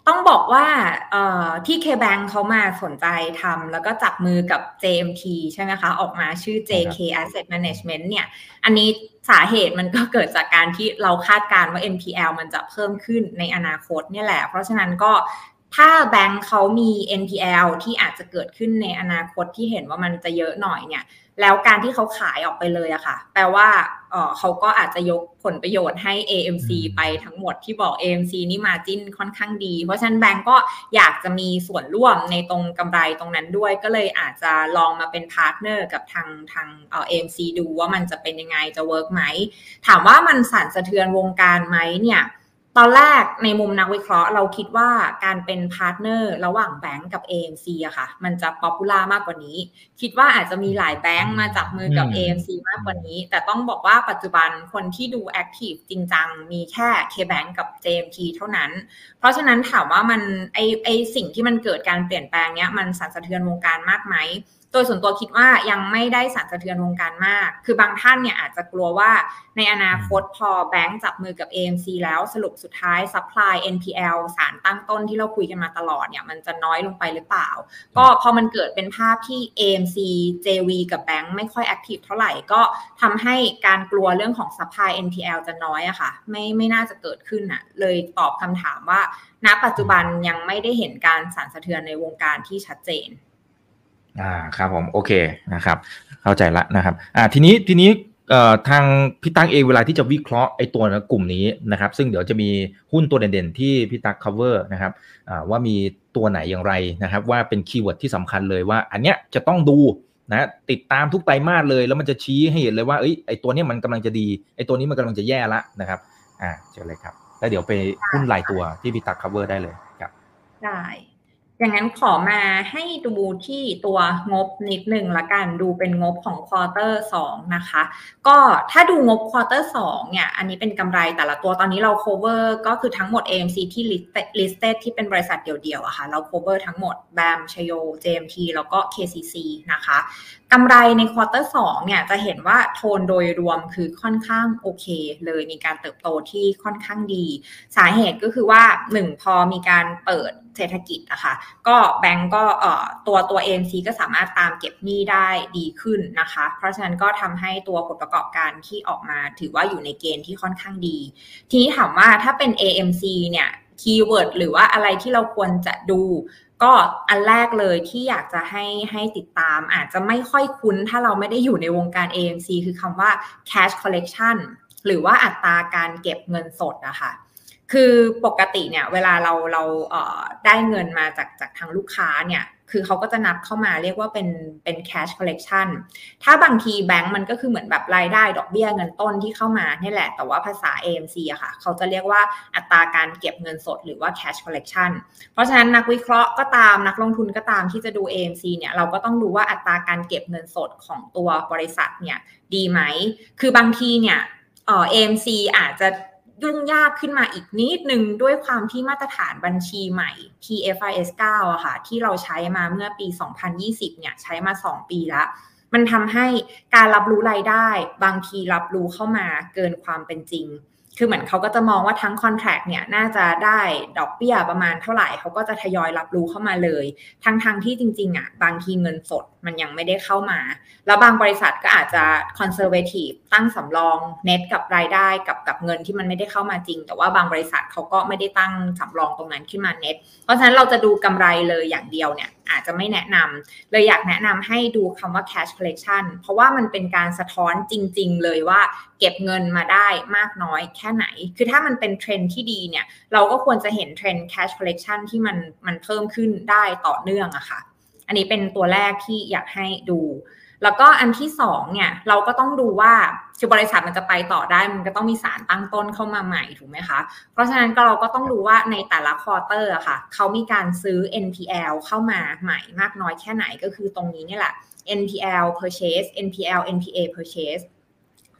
ต้องบอกว่าที่ KBank เขามาสนใจทำแล้วก็จับมือกับ JMT ใช่ไหมคะออกมาชื่อ JK Asset Management เนี่ยอันนี้สาเหตุมันก็เกิดจากการที่เราคาดการณ์ว่า NPL มันจะเพิ่มขึ้นในอนาคตเนี่ยแหละเพราะฉะนั้นก็ถ้าแบงค์เขามี NPL ที่อาจจะเกิดขึ้นในอนาคตที่เห็นว่ามันจะเยอะหน่อยเนี่ยแล้วการที่เขาขายออกไปเลยอะค่ะแปลว่าเขาก็อาจจะยกผลประโยชน์ให้ AMC ไปทั้งหมดที่บอก AMC นี่ margin ค่อนข้างดีเพราะฉะนั้นแบงก์ก็อยากจะมีส่วนร่วมในตรงกำไรตรงนั้นด้วยก็เลยอาจจะลองมาเป็นพาร์ทเนอร์กับทางAMC ดูว่ามันจะเป็นยังไงจะเวิร์กไหมถามว่ามันสั่นสะเทือนวงการไหมเนี่ยตอนแรกในมุมนักวิเคราะห์เราคิดว่าการเป็นพาร์ทเนอร์ระหว่างแบงก์กับ AMC อะค่ะมันจะป๊อปปูล่ามากกว่านี้คิดว่าอาจจะมีหลายแบงก์มาจับมือกับ AMC มากกว่านี้แต่ต้องบอกว่าปัจจุบันคนที่ดูแอคทีฟจริงจังมีแค่ KBank กับ JMT เท่านั้นเพราะฉะนั้นถามว่ามันไอสิ่งที่มันเกิดการเปลี่ยนแปลงเนี้ยมันสั่นสะเทือนวงการมากไหมโดยส่วนตัวคิดว่ายังไม่ได้สั่นสะเทือนวงการมากคือบางท่านเนี่ยอาจจะกลัวว่าในอนาคตพอแบงก์จับมือกับ AMC แล้วสรุปสุดท้าย supply NPL สารตั้งต้นที่เราคุยกันมาตลอดเนี่ยมันจะน้อยลงไปหรือเปล่าก็พอมันเกิดเป็นภาพที่ AMC JV กับแบงก์ไม่ค่อย active เท่าไหร่ก็ทำให้การกลัวเรื่องของ supply NPL จะน้อยอะค่ะไม่น่าจะเกิดขึ้นอะเลยตอบคำถามว่าณปัจจุบันยังไม่ได้เห็นการสั่นสะเทือนในวงการที่ชัดเจนครับผมโอเคนะครับเข้าใจละนะครับทีนี้ทางพี่ตั๊กเองเวลาที่จะวิเคราะห์ไอ้ตัวกลุ่มนี้นะครับซึ่งเดี๋ยวจะมีหุ้นตัวเด่นๆที่พี่ตั๊ก cover นะครับว่ามีตัวไหนอย่างไรนะครับว่าเป็นคีย์เวิร์ดที่สำคัญเลยว่าอันเนี้ยจะต้องดูนะติดตามทุกไตรมาสเลยแล้วมันจะชี้ให้เห็นเลยว่าไอ้ตัวนี้มันกำลังจะดีไอ้ตัวนี้มันกำลังจะแย่ละนะครับเชิญเลยครับแล้วเดี๋ยวไปหุ้นรายตัวที่พี่ตั๊ก cover ได้เลยครับได้อย่างนั้นขอมาให้ดูที่ตัวงบนิดนึงละกันดูเป็นงบของควอเตอร์2นะคะก็ถ้าดูงบควอเตอร์2เนี่ยอันนี้เป็นกำไรแต่ละตัวตอนนี้เรา cover ก็คือทั้งหมด AMC ที่ listed ที่เป็นบริษัทเดี่ยวๆอะค่ะเรา cover ทั้งหมด BAM ชโย JMT แล้วก็ KCC นะคะกำไรในควอเตอร์2เนี่ยจะเห็นว่าโทนโดยรวมคือค่อนข้างโอเคเลยมีการเติบโตที่ค่อนข้างดีสาเหตุก็คือว่า1พอมีการเปิดเศรษฐกิจอะค่ะก็แบงก์ก็ตัว AMC ก็สามารถตามเก็บหนี้ได้ดีขึ้นนะคะเพราะฉะนั้นก็ทำให้ตัวผลประกอบการที่ออกมาถือว่าอยู่ในเกณฑ์ที่ค่อนข้างดีทีนี้ถามว่าถ้าเป็น AMC เนี่ยคีย์เวิร์ดหรือว่าอะไรที่เราควรจะดูก็อันแรกเลยที่อยากจะให้ติดตามอาจจะไม่ค่อยคุ้นถ้าเราไม่ได้อยู่ในวงการ AMC คือคำว่า cash collection หรือว่าอัตราการเก็บเงินสดนะคะคือปกติเนี่ยเวลาเราได้เงินมาจากทางลูกค้าเนี่ยคือเขาก็จะนับเข้ามาเรียกว่าเป็น cash collection ถ้าบางทีแบงก์มันก็คือเหมือนแบบรายได้ดอกเบี้ยเงินต้นที่เข้ามานี่แหละแต่ว่าภาษา AMC อะค่ะเขาจะเรียกว่าอัตราการเก็บเงินสดหรือว่า cash collection เพราะฉะนั้นนักวิเคราะห์ก็ตามนักลงทุนก็ตามที่จะดู AMC เนี่ยเราก็ต้องดูว่าอัตราการเก็บเงินสดของตัวบริษัทเนี่ยดีไหมคือบางทีเนี่ยAMC อาจจะยุ่งยากขึ้นมาอีกนิดนึงด้วยความที่มาตรฐานบัญชีใหม่ TFRS 9อะค่ะที่เราใช้มาเมื่อปี2020เนี่ยใช้มา2ปีแล้วมันทำให้การรับรู้รายได้บางทีรับรู้เข้ามาเกินความเป็นจริงคือเหมือนเขาก็จะมองว่าทั้งคอนแทรคเนี่ยน่าจะได้ดอกเบี้ยประมาณเท่าไหร่เขาก็จะทยอยรับรู้เข้ามาเลยทั้งที่จริงๆอ่ะบางทีเงินสดมันยังไม่ได้เข้ามาแล้วบางบริษัทก็อาจจะคอนเซอร์เวทีฟตั้งสำรองเน็ตกับรายได้กับเงินที่มันไม่ได้เข้ามาจริงแต่ว่าบางบริษัทเขาก็ไม่ได้ตั้งสำรองตรงนั้นขึ้นมาเน็ตเพราะฉะนั้นเราจะดูกำไรเลยอย่างเดียวเนี่ยอาจจะไม่แนะนำเลยอยากแนะนำให้ดูคำว่า cash collection เพราะว่ามันเป็นการสะท้อนจริงๆเลยว่าเก็บเงินมาได้มากน้อยแค่ไหนคือถ้ามันเป็นเทรนด์ที่ดีเนี่ยเราก็ควรจะเห็นเทรนด์ cash collection ที่มันเพิ่มขึ้นได้ต่อเนื่องอะค่ะอันนี้เป็นตัวแรกที่อยากให้ดูแล้วก็อันที่2เนี่ยเราก็ต้องดูว่าบริษัทมันจะไปต่อได้มันก็ต้องมีสารตั้งต้นเข้ามาใหม่ถูกไหมคะเพราะฉะนั้นเราก็ต้องดูว่าในแต่ละควอเตอร์อะค่ะเขามีการซื้อ NPL เข้ามาใหม่มากน้อยแค่ไหนก็คือตรงนี้นี่แหละ NPL purchase NPL NPA purchase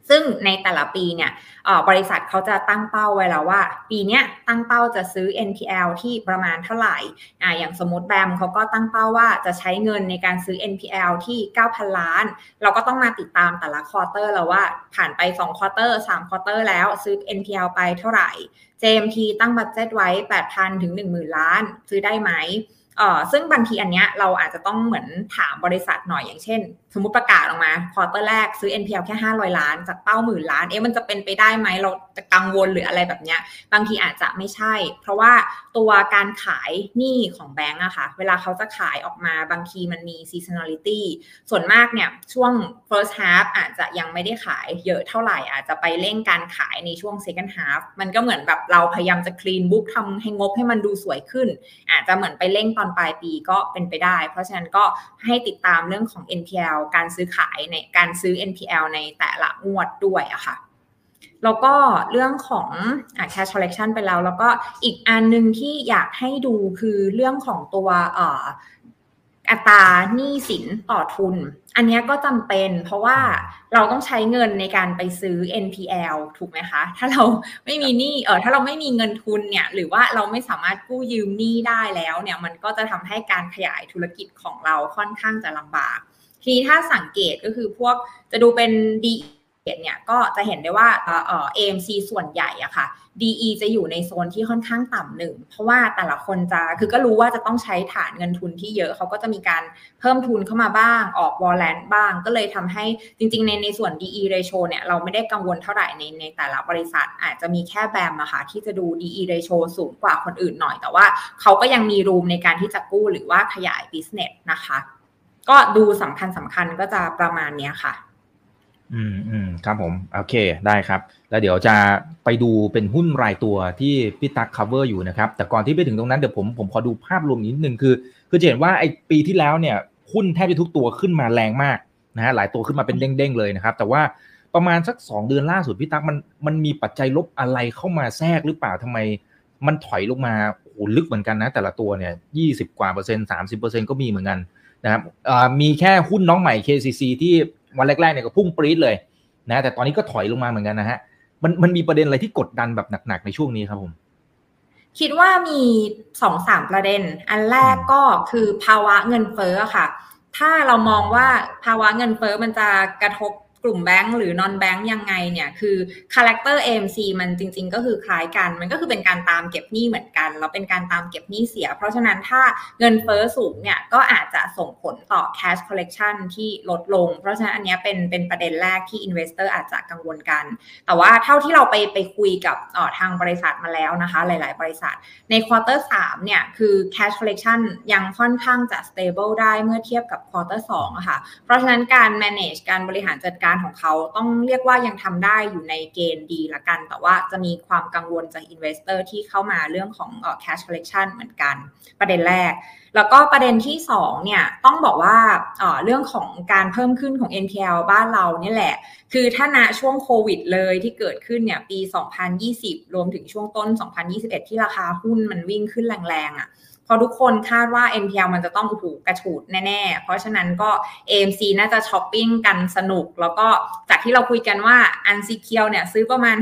ซึ่งในแต่ละปีเนี่ยบริษัทเขาจะตั้งเป้าไว้แล้วว่าปีนี้ตั้งเป้าจะซื้อ NPL ที่ประมาณเท่าไหร่อย่างสมมติแบมเขาก็ตั้งเป้าว่าจะใช้เงินในการซื้อ NPL ที่ 9,000 ล้านเราก็ต้องมาติดตามแต่ละควอเตอร์แล้วว่าผ่านไป2ควอเตอร์3ควอเตอร์แล้วซื้อ NPL ไปเท่าไหร่ JMT ตั้งบัดเจ็ตไว้ 8,000 ถึง 10,000 ล้านซื้อได้ไหมซึ่งบางทีอันเนี้ยเราอาจจะต้องเหมือนถามบริษัทหน่อยอย่างเช่นสมมุติประกาศออกมาควอเตอร์แรกซื้อ NPL แค่500 ล้านจากเป้าหมื่นล้านมันจะเป็นไปได้ไหมเราจะกังวลหรืออะไรแบบเนี้ยบางทีอาจจะไม่ใช่เพราะว่าตัวการขายหนี้ของแบงก์อะค่ะเวลาเขาจะขายออกมาบางทีมันมี seasonality ส่วนมากเนี่ยช่วง first half อาจจะยังไม่ได้ขายเยอะเท่าไหร่อาจจะไปเร่งการขายในช่วง second half มันก็เหมือนแบบเราพยายามจะ clean book ทำให้งบให้มันดูสวยขึ้นอาจจะเหมือนไปเร่งตอนปลายปีก็เป็นไปได้เพราะฉะนั้นก็ให้ติดตามเรื่องของ NPL การซื้อขายในการซื้อ NPL ในแต่ละงวดด้วยอะค่ะแล้วก็เรื่องของcash collection ไปแล้วก็อีกอันนึงที่อยากให้ดูคือเรื่องของตัวอัตราหนี้สินต่อทุนอันนี้ก็จำเป็นเพราะว่าเราต้องใช้เงินในการไปซื้อ NPL ถูกไหมคะถ้าเราไม่มีหนี้ถ้าเราไม่มีเงินทุนเนี่ยหรือว่าเราไม่สามารถกู้ยืมหนี้ได้แล้วเนี่ยมันก็จะทำให้การขยายธุรกิจของเราค่อนข้างจะลำบากทีนี้ถ้าสังเกตก็คือพวกจะดูเป็น DE เนี่ยก็จะเห็นได้ว่าAMC ส่วนใหญ่อะค่ะ DE จะอยู่ในโซนที่ค่อนข้างต่ำหนึ่งเพราะว่าแต่ละคนคือก็รู้ว่าจะต้องใช้ฐานเงินทุนที่เยอะเขาก็จะมีการเพิ่มทุนเข้ามาบ้างออกวอลเลนต์บ้างก็เลยทำให้จริงๆในส่วน DE ratio เนี่ยเราไม่ได้กังวลเท่าไหร่ในแต่ละบริษัทอาจจะมีแค่แบมอะค่ะที่จะดู DE ratio สูงกว่าคนอื่นหน่อยแต่ว่าเขาก็ยังมีรูมในการที่จะกู้หรือว่าขยาย business นะคะก็ดูสำคัญก็จะประมาณนี้ค่ะครับผมโอเคได้ครับแล้วเดี๋ยวจะไปดูเป็นหุ้นรายตัวที่พี่ตั๊ก cover อยู่นะครับแต่ก่อนที่ไปถึงตรงนั้นเดี๋ยวผมขอดูภาพรวมนิดนึงคือจะเห็นว่าไอ้ปีที่แล้วเนี่ยหุ้นแทบจะทุกตัวขึ้นมาแรงมากนะฮะหลายตัวขึ้นมาเป็นเด้งๆเลยนะครับแต่ว่าประมาณสัก2เดือนล่าสุดพี่ตั๊กมันมีปัจจัยลบอะไรเข้ามาแทรกหรือเปล่าทำไมมันถอยลงมาโอ้โหลึกเหมือนกันนะแต่ละตัวเนี่ย20กว่า%, 30% ก็มีเหมือนกันนะครับมีแค่หุ้นน้องใหม่ KCC ที่วันแรกๆเนี่ยก็พุ่งปรี๊ดเลยนะแต่ตอนนี้ก็ถอยลงมาเหมือนกันนะฮะมันมีประเด็นอะไรที่กดดันแบบหนักๆในช่วงนี้ครับผมคิดว่ามี 2-3 ประเด็นอันแรกก็คือภาวะเงินเฟ้อค่ะถ้าเรามองว่าภาวะเงินเฟ้อมันจะกระทบกลุ่มแบงก์หรือนอนแบงก์ยังไงเนี่ยคือคาแรคเตอร์ AMC มันจริงๆก็คือคล้ายกันมันก็คือเป็นการตามเก็บหนี้เหมือนกันแล้วเป็นการตามเก็บหนี้เสียเพราะฉะนั้นถ้าเงินเฟ้อสูงเนี่ยก็อาจจะส่งผลต่อ cash collection ที่ลดลงเพราะฉะนั้นอันนี้เป็นประเด็นแรกที่ investor อาจจะกังวลกันแต่ว่าเท่าที่เราไปคุยกับทางบริษัทมาแล้วนะคะหลายๆบริษัทใน quarter 3เนี่ยคือ cash collection ยังค่อนข้างจะ stable ได้เมื่อเทียบกับ quarter 2อะค่ะเพราะฉะนั้นการ manage การบริหารจัดการของเขาต้องเรียกว่ายังทำได้อยู่ในเกณฑ์ดีละกันแต่ว่าจะมีความกังวลจาก investor ที่เข้ามาเรื่องของ cash collection เหมือนกันประเด็นแรกแล้วก็ประเด็นที่2เนี่ยต้องบอกว่าเรื่องของการเพิ่มขึ้นของ NPL บ้านเราเนี่ยแหละคือถ้าณช่วงโควิดเลยที่เกิดขึ้นเนี่ยปี2020รวมถึงช่วงต้น2021ที่ราคาหุ้นมันวิ่งขึ้นแรงๆพอทุกคนคาดว่า NPL มันจะต้องกระฉูดแน่ๆเพราะฉะนั้นก็ AMC น่าจะช้อปปิ้งกันสนุกแล้วก็จากที่เราคุยกันว่า Unsecured เนี่ยซื้อประมาณ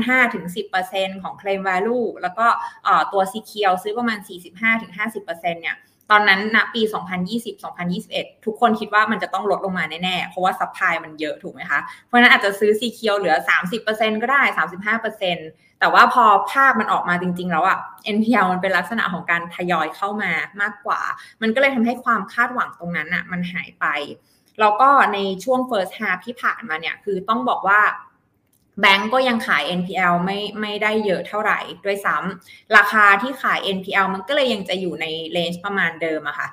5-10% ของ Claim Value แล้วก็ตัว Secured ซื้อประมาณ 45-50% เนี่ยตอนนั้นณปี2020-2021ทุกคนคิดว่ามันจะต้องลดลงมาแน่ๆเพราะว่าซัพพลายมันเยอะถูกไหมคะเพราะฉะนั้นอาจจะซื้อ Secured เหลือ 30% ก็ได้ 35%แต่ว่าพอภาพมันออกมาจริงๆแล้วNPL มันเป็นลักษณะของการทยอยเข้ามามากกว่ามันก็เลยทำให้ความคาดหวังตรงนั้นมันหายไปแล้วก็ในช่วง first half ที่ผ่านมาเนี่ยคือต้องบอกว่าแบงก์ก็ยังขาย NPL ไม่ได้เยอะเท่าไหร่ด้วยซ้ำราคาที่ขาย NPL มันก็เลยยังจะอยู่ในเลนจ์ประมาณเดิมอะค่ะ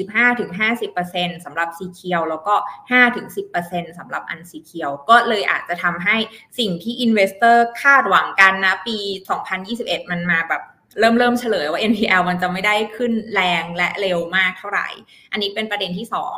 45-50% สำหรับ Secured แล้วก็ 5-10% สำหรับ Unsecured ก็เลยอาจจะทำให้สิ่งที่ Investor คาดหวังกันนะปี2021มันมาแบบเริ่มเฉลยว่า NPL มันจะไม่ได้ขึ้นแรงและเร็วมากเท่าไหร่อันนี้เป็นประเด็นที่2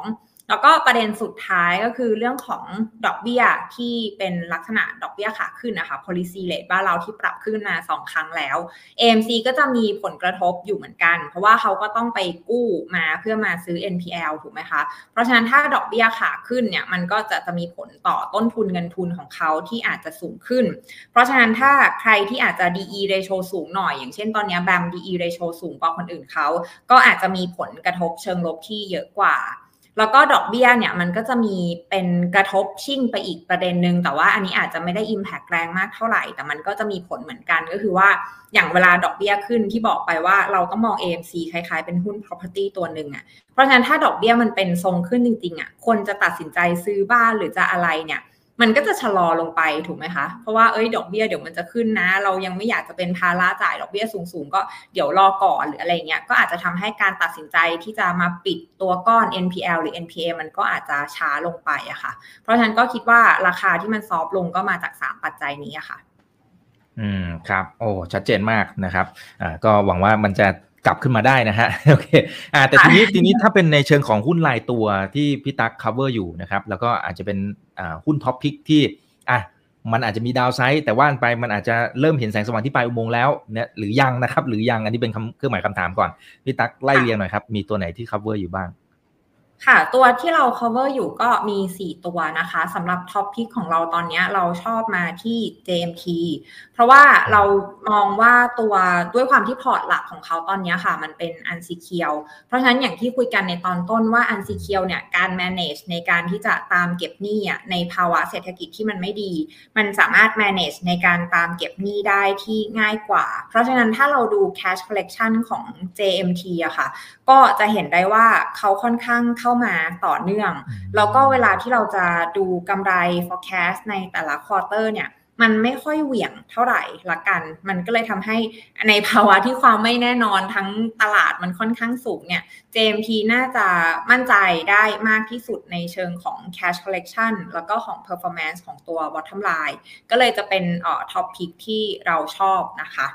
แล้วก็ประเด็นสุดท้ายก็คือเรื่องของดอกเบี้ยที่เป็นลักษณะดอกเบี้ยขาขึ้นนะคะ policy rate บ้านเราที่ปรับขึ้นมา2ครั้งแล้ว AMC ก็จะมีผลกระทบอยู่เหมือนกันเพราะว่าเขาก็ต้องไปกู้มาเพื่อมาซื้อ NPL ถูกไหมคะเพราะฉะนั้นถ้าดอกเบี้ยขาขึ้นเนี่ยมันก็จะมีผลต่อต้นทุนเงินทุนของเขาที่อาจจะสูงขึ้นเพราะฉะนั้นถ้าใครที่อาจจะ DE ratio สูงหน่อยอย่างเช่นตอนนี้แบม DE ratio สูงกว่าคนอื่นเขาก็อาจจะมีผลกระทบเชิงลบที่เยอะกว่าแล้วก็ดอกเบี้ยเนี่ยมันก็จะมีเป็นกระทบชิ่งไปอีกประเด็นนึงแต่ว่าอันนี้อาจจะไม่ได้ impact แรงมากเท่าไหร่แต่มันก็จะมีผลเหมือนกันก็คือว่าอย่างเวลาดอกเบี้ยขึ้นที่บอกไปว่าเราต้องมอง AMC คล้ายๆเป็นหุ้น property ตัวนึงอ่ะเพราะฉะนั้นถ้าดอกเบี้ยมันเป็นทรงขึ้นจริงๆอ่ะคนจะตัดสินใจซื้อบ้านหรือจะอะไรเนี่ยมันก็จะชะลอลงไปถูกไหมคะเพราะว่าดอกเบี้ยเดี๋ยวมันจะขึ้นนะเรายังไม่อยากจะเป็นภาระจ่ายดอกเบี้ยสูงๆก็เดี๋ยวรอก่อนหรืออะไรเงี้ยก็อาจจะทำให้การตัดสินใจที่จะมาปิดตัวก้อน NPL หรือ NPA มันก็อาจจะช้าลงไปอะค่ะเพราะฉะนั้นก็คิดว่าราคาที่มันซอฟต์ลงก็มาจาก3ปัจจัยนี้อะค่ะครับโอ้ชัดเจนมากนะครับก็หวังว่ามันจะกลับขึ้นมาได้นะฮะโอเคแต่ทีนี้ถ้าเป็นในเชิงของหุ้นรายตัวที่พี่ตั๊ก cover อยู่นะครับแล้วก็อาจจะเป็นหุ้นท็อปพิกที่มันอาจจะมีดาวไซด์แต่ว่าไปมันอาจจะเริ่มเห็นแสงสว่างที่ปลายอุโมงค์แล้วเนี่ยหรือยังนะครับหรือยังอันนี้เป็นเครื่องหมายคำถามก่อนพี่ตั๊กไล่เรียงหน่อยครับมีตัวไหนที่ cover อยู่บ้างค่ะตัวที่เรา cover อยู่ก็มี4ตัวนะคะสำหรับท็อปพิกของเราตอนนี้เราชอบมาที่ JMT เพราะว่าเรามองว่าตัวด้วยความที่พอร์ตหลักของเขาตอนนี้ค่ะมันเป็น unsecured เพราะฉะนั้นอย่างที่คุยกันในตอนต้นว่า unsecured เนี่ยการ manage ในการที่จะตามเก็บหนี้ในภาวะเศรษฐกิจที่มันไม่ดีมันสามารถ manage ในการตามเก็บหนี้ได้ที่ง่ายกว่าเพราะฉะนั้นถ้าเราดู cash collection ของ JMT อะค่ะก็จะเห็นได้ว่าเขาค่อนข้างเข้ามาต่อเนื่องแล้วก็เวลาที่เราจะดูกำไร forecast ในแต่ละ quarter เนี่ยมันไม่ค่อยเหวี่ยงเท่าไหร่ละกันมันก็เลยทำให้ในภาวะที่ความไม่แน่นอนทั้งตลาดมันค่อนข้างสูงเนี่ย JMT น่าจะมั่นใจได้มากที่สุดในเชิงของ cash collection แล้วก็ของ performance ของตัว bottom line ก็เลยจะเป็นtop pick ที่เราชอบนะคะ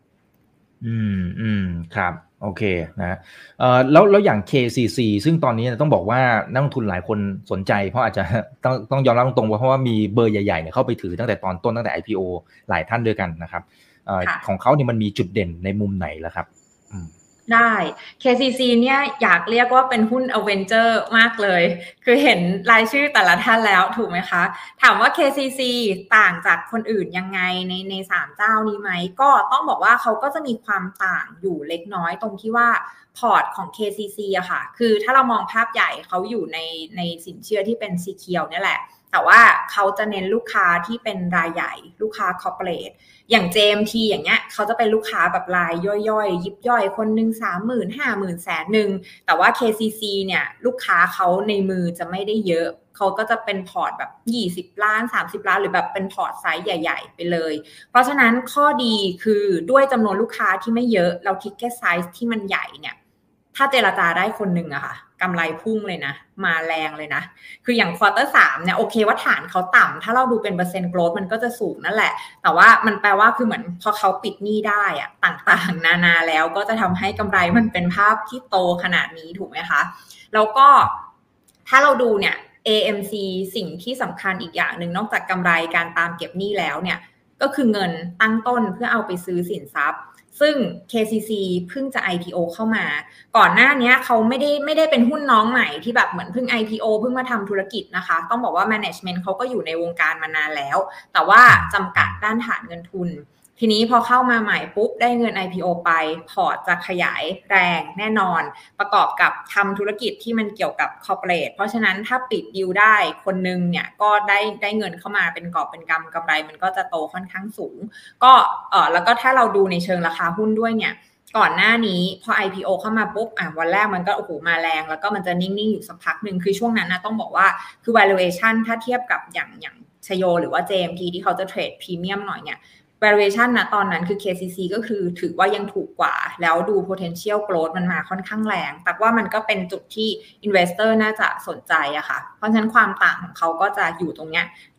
ครับโอเคนะแล้วอย่าง KCC ซึ่งตอนนี้ต้องบอกว่านักลงทุนหลายคนสนใจเพราะอาจจะต้องยอมรับตรงๆเพราะว่ามีเบอร์ใหญ่ๆเนี่ยเข้าไปถือตั้งแต่ตอนต้นตั้งแต่ IPO หลายท่านด้วยกันนะครับของเขาเนี่ยมันมีจุดเด่นในมุมไหนล่ะครับได้ KCC เนี่ยอยากเรียกว่าเป็นหุ้น Avenger มากเลยคือเห็นรายชื่อแต่ละท่านแล้วถูกไหมคะถามว่า KCC ต่างจากคนอื่นยังไงใน3เจ้านี้ไหมก็ต้องบอกว่าเขาก็จะมีความต่างอยู่เล็กน้อยตรงที่ว่าพอร์ตของ KCC อะค่ะคือถ้าเรามองภาพใหญ่เขาอยู่ในสินเชื่อที่เป็น Secure นี่แหละแต่ว่าเขาจะเน้นลูกค้าที่เป็นรายใหญ่ลูกค้า corporate อย่าง JMT อย่างเงี้ยเขาจะเป็นลูกค้าแบบรายย่อยๆยิบย่อยคนนึง 30,000 50,000 แสนนึงแต่ว่า KCC เนี่ยลูกค้าเขาในมือจะไม่ได้เยอะเขาก็จะเป็นพอร์ตแบบ20ล้าน30ล้านหรือแบบเป็นพอร์ตไซส์ใหญ่ๆไปเลยเพราะฉะนั้นข้อดีคือด้วยจำนวนลูกค้าที่ไม่เยอะเราทิกเก็ตไซส์ที่มันใหญ่เนี่ยถ้าเจรจาได้คนนึงอะค่ะกำไรพุ่งเลยนะมาแรงเลยนะคืออย่างควอเตอร์3เนี่ยโอเคว่าฐานเขาต่ำถ้าเราดูเป็นเปอร์เซ็นต์โกรธมันก็จะสูงนั่นแหละแต่ว่ามันแปลว่าคือเหมือนพอเขาปิดหนี้ได้อะต่างๆนานาแล้วก็จะทำให้กำไรมันเป็นภาพที่โตขนาดนี้ถูกไหมคะแล้วก็ถ้าเราดูเนี่ย AMC สิ่งที่สำคัญอีกอย่างหนึ่งนอกจากกำไรการตามเก็บหนี้แล้วเนี่ยก็คือเงินตั้งต้นเพื่อเอาไปซื้อสินทรัพย์ซึ่ง KCC เพิ่งจะ IPO เข้ามาก่อนหน้านี้เขาไม่ได้เป็นหุ้นน้องใหม่ที่แบบเหมือนเพิ่ง IPO เพิ่งมาทำธุรกิจนะคะต้องบอกว่า management เขาก็อยู่ในวงการมานานแล้วแต่ว่าจำกัดด้านฐานเงินทุนทีนี้พอเข้ามาใหม่ปุ๊บได้เงิน IPO ไปพอร์ตจะขยายแรงแน่นอนประกอบกับทำธุรกิจที่มันเกี่ยวกับ corporate เพราะฉะนั้นถ้าปิดดีลได้คนนึงเนี่ยก็ได้เงินเข้ามาเป็นกอบเป็นกำไรมันก็จะโตค่อนข้างสูงก็แล้วก็ถ้าเราดูในเชิงราคาหุ้นด้วยเนี่ยก่อนหน้านี้พอ IPO เข้ามาปุ๊บวันแรกมันก็โอ้โหมาแรงแล้วก็มันจะนิ่งๆอยู่สักพักนึงคือช่วงนั้นนะต้องบอกว่าคือ valuation ถ้าเทียบกับอย่างชโยหรือว่า JMT ที่เขาจะเทรดพรีเมียมหน่อยเนี่ยvaluation นะตอนนั้นคือ KCC ก็คือถือว่ายังถูกกว่าแล้วดู potential growth มันมาค่อนข้างแรงแต่ว่ามันก็เป็นจุดที่ investor น่าจะสนใจอะค่ะเพราะฉะนั้นความต่างของเขาก็จะอยู่ตรงเนี้ย